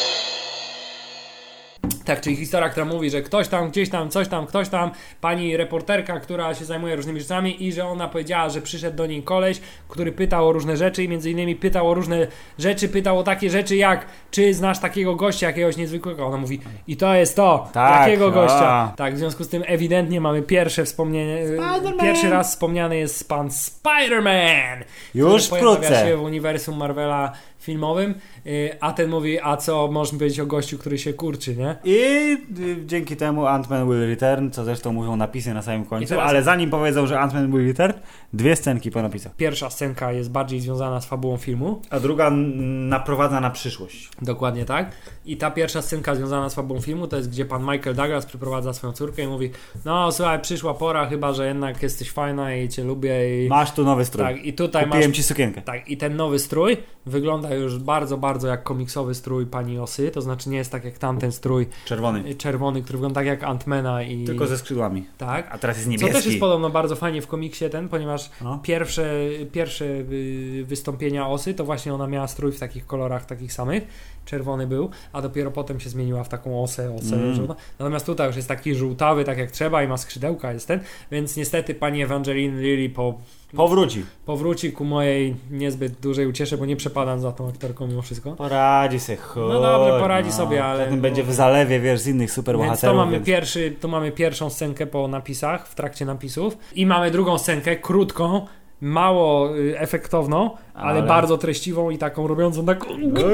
Tak, czyli historia, która mówi, że ktoś tam, gdzieś tam, coś tam, ktoś tam, pani reporterka, która się zajmuje różnymi rzeczami i że ona powiedziała, że przyszedł do niej koleś, który pytał o różne rzeczy i między innymi pytał o różne rzeczy, pytał o takie rzeczy jak, czy znasz takiego gościa, jakiegoś niezwykłego. Ona mówi, i to jest to, Tak, takiego a. gościa. Tak, w związku z tym ewidentnie mamy pierwsze wspomnienie, pierwszy raz wspomniany jest pan Spider-Man, Już który pojawia wkrótce. się w uniwersum Marvela filmowym, a ten mówi, a co można powiedzieć o gościu, który się kurczy, nie? I y, dzięki temu Ant-Man will return, co zresztą mówią napisy na samym końcu, teraz- ale zanim powiedzą, że Ant-Man will return, dwie scenki po napisach. Pierwsza scenka jest bardziej związana z fabułą filmu. A druga n- naprowadza na przyszłość. Dokładnie tak. I ta pierwsza scenka związana z fabułą filmu to jest, gdzie pan Michael Douglas przyprowadza swoją córkę i mówi, no słuchaj, przyszła pora chyba, że jednak jesteś fajna i cię lubię. I... Masz tu nowy strój. Tak, i tutaj Kupiłem masz... ci sukienkę. Tak, i ten nowy strój wygląda już bardzo, bardzo jak komiksowy strój pani Osy, to znaczy nie jest tak jak tamten strój Czerwony. czerwony, który wygląda tak jak Ant-Mana i... Tylko ze skrzydłami. Tak. A teraz jest Co niebieski. też jest podobno bardzo fajnie w komiksie ten, ponieważ No. pierwsze, pierwsze y, wystąpienia Osy to właśnie ona miała strój w takich kolorach takich samych, czerwony był, a dopiero potem się zmieniła w taką osę, osę Mm. żółtą. Natomiast tutaj już jest taki żółtawy, tak jak trzeba i ma skrzydełka jest ten, więc niestety pani Evangeline Lilly po, Powróci. powróci ku mojej niezbyt dużej uciesze, bo nie przepadam za tą aktorką mimo wszystko. Poradzi sobie, chodź, No dobrze, poradzi no. sobie, ale- Potem będzie w zalewie, wiesz, z innych superbohaterów. Więc to mamy, więc... pierwszy, to mamy pierwszą scenkę po napisach, w trakcie napisów i mamy drugą scenkę, krótką, mało y, efektowną, ale... Ale- bardzo treściwą i taką robiącą taką...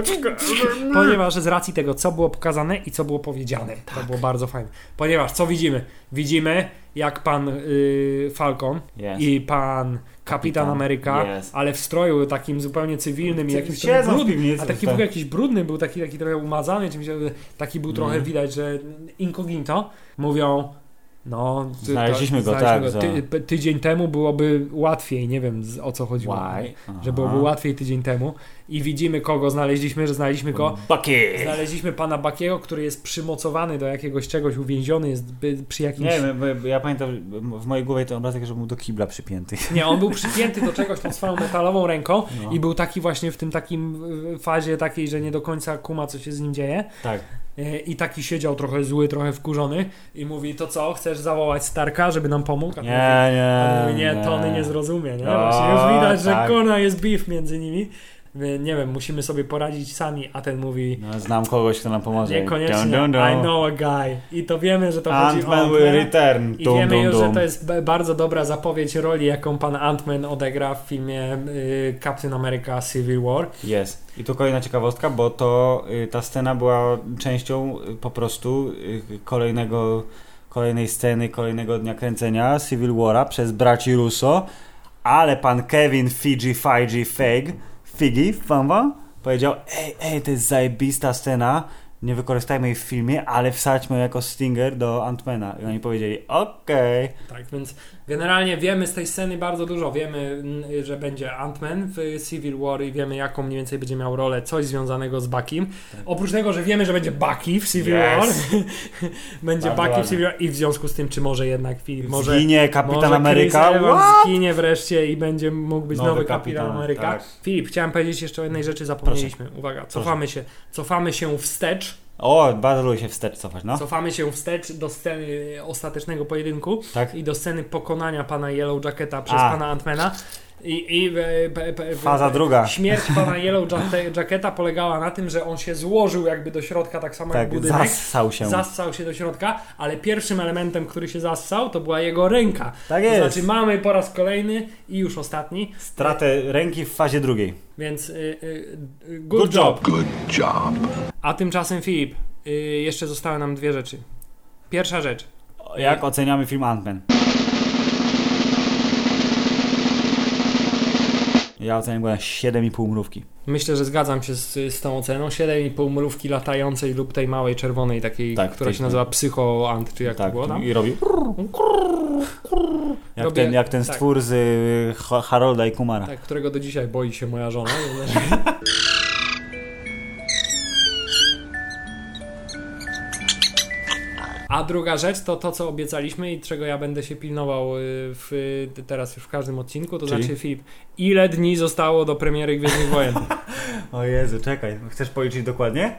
Ponieważ z racji tego, co było pokazane i co było powiedziane. Tak. To było bardzo fajne. Ponieważ co widzimy? Widzimy, jak pan y, Falcon Yes. i pan Kapitan Ameryka, Yes. ale w stroju takim zupełnie cywilnym i jakimś Siedzą trochę w brudnym, piwnicy, a taki w tak. ogóle jakiś brudny był, taki, taki trochę umazany, czymś, taki był trochę Mm. widać, że incognito. Mówią, no... ty- Znaleźliśmy to- go, znaleźliśmy tak, Ty, p- tydzień temu byłoby łatwiej, nie wiem z, o co chodziło. Why? Że Aha. byłoby łatwiej tydzień temu. I widzimy, kogo znaleźliśmy, że znaleźliśmy go. Bucky! Znaleźliśmy pana Buckiego, który jest przymocowany do jakiegoś czegoś, uwięziony jest by, przy jakimś... Nie wiem, bo ja pamiętam, w mojej głowie to obrazek, że był do kibla przypięty. Nie, on był przypięty do czegoś tą swoją metalową ręką No. i był taki właśnie w tym takim y, fazie takiej, że nie do końca kuma, co się z nim dzieje. Tak. Y, I taki siedział trochę zły, trochę wkurzony i mówi, to co, chcesz zawołać Starka, żeby nam pomógł? A ten Nie, mówi, nie, a mówi, nie, nie. Tony nie zrozumie, nie? O, Właśnie już widać, że tak. kurna jest beef między nimi. My, nie wiem, musimy sobie poradzić sami, a ten mówi, No, znam kogoś, kto nam pomoże. niekoniecznie, Dun, dun, dun. I know a guy. I to wiemy, że to chodzi o Ant-Man will Ant-Mana. return. I Dum, wiemy dum, już, dum. że to jest b- bardzo dobra zapowiedź roli, jaką pan Ant-Man odegra w filmie y, Captain America Civil War. Jest. I tu kolejna ciekawostka, bo to y, ta scena była częścią y, po prostu y, kolejnego, kolejnej sceny, kolejnego dnia kręcenia Civil War'a przez braci Russo, ale pan Kevin Fiji Feige Feig Figi Famba powiedział, ej, ej, to jest zajebista scena, nie wykorzystajmy jej w filmie, ale wsadźmy ją jako stinger do Ant-Mana. I oni powiedzieli, okej. Okay. Tak, więc generalnie wiemy z tej sceny bardzo dużo. Wiemy, n- że będzie Ant-Man w Civil War i wiemy, jaką mniej więcej będzie miał rolę, coś związanego z Buckim. Tak. Oprócz tego, że wiemy, że będzie Bucky w Civil Yes. War. będzie Bardzo Bucky ładnie. w Civil War i w związku z tym, czy może jednak film, może, Zginie Kapitan może Ameryka. Chris Evans What? zginie wreszcie i będzie mógł być Nowy nowy, kapitan, Kapitan Ameryka. tak. Filip, chciałem powiedzieć jeszcze o jednej rzeczy, zapomnieliśmy. Uwaga, cofamy się, cofamy się wstecz O, bardzo lubię się wstecz cofać, no. Cofamy się wstecz do sceny ostatecznego pojedynku tak? i do sceny pokonania pana Yellow Jacketa przez A. pana Ant-Mana. I, i e, e, e, faza e, druga. Śmierć pana Yellow Jacketa polegała na tym, że on się złożył jakby do środka, tak samo tak, jak budynek. zassał się. Zassał się do środka, ale pierwszym elementem, który się zassał, to była jego ręka. Tak to jest. znaczy mamy po raz kolejny i już ostatni stratę ręki w fazie drugiej. Więc y, y, good, good job. job. Good job. A tymczasem, Filip, y, jeszcze zostały nam dwie rzeczy. Pierwsza rzecz. Jak oceniamy film Ant-Man? Ja oceniam go na siedem i pół mrówki. Myślę, że zgadzam się z, z tą oceną. siedem i pół mrówki latającej lub tej małej czerwonej takiej, tak, która tej, się nazywa Psycho-Ant, czy jak tak, to było tam? I robi jak, Robię, ten, jak ten tak. stwór z y, Harolda i Kumara. Tak, którego do dzisiaj boi się moja żona. A druga rzecz to to, co obiecaliśmy i czego ja będę się pilnował w, teraz już w każdym odcinku, to Czyli? znaczy, Filip, ile dni zostało do premiery Gwiezdnych Wojen? O Jezu, czekaj, chcesz policzyć dokładnie?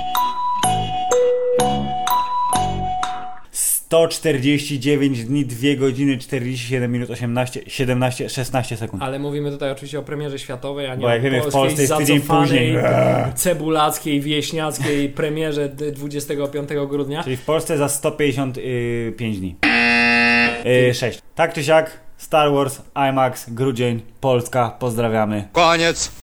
sto czterdzieści dziewięć dni, dwie godziny, czterdzieści siedem minut, osiemnaście, siedemnaście, szesnaście sekund. Ale mówimy tutaj oczywiście o premierze światowej, a nie Bo jak o wiemy, w Polsce jest tydzień później. Cebulackiej, wieśniackiej premierze dwudziestego piątego grudnia. Czyli w Polsce za sto pięćdziesiąt pięć dni. Yy, sześć. Tak czy siak, Star Wars, IMAX, grudzień, Polska, pozdrawiamy. Koniec.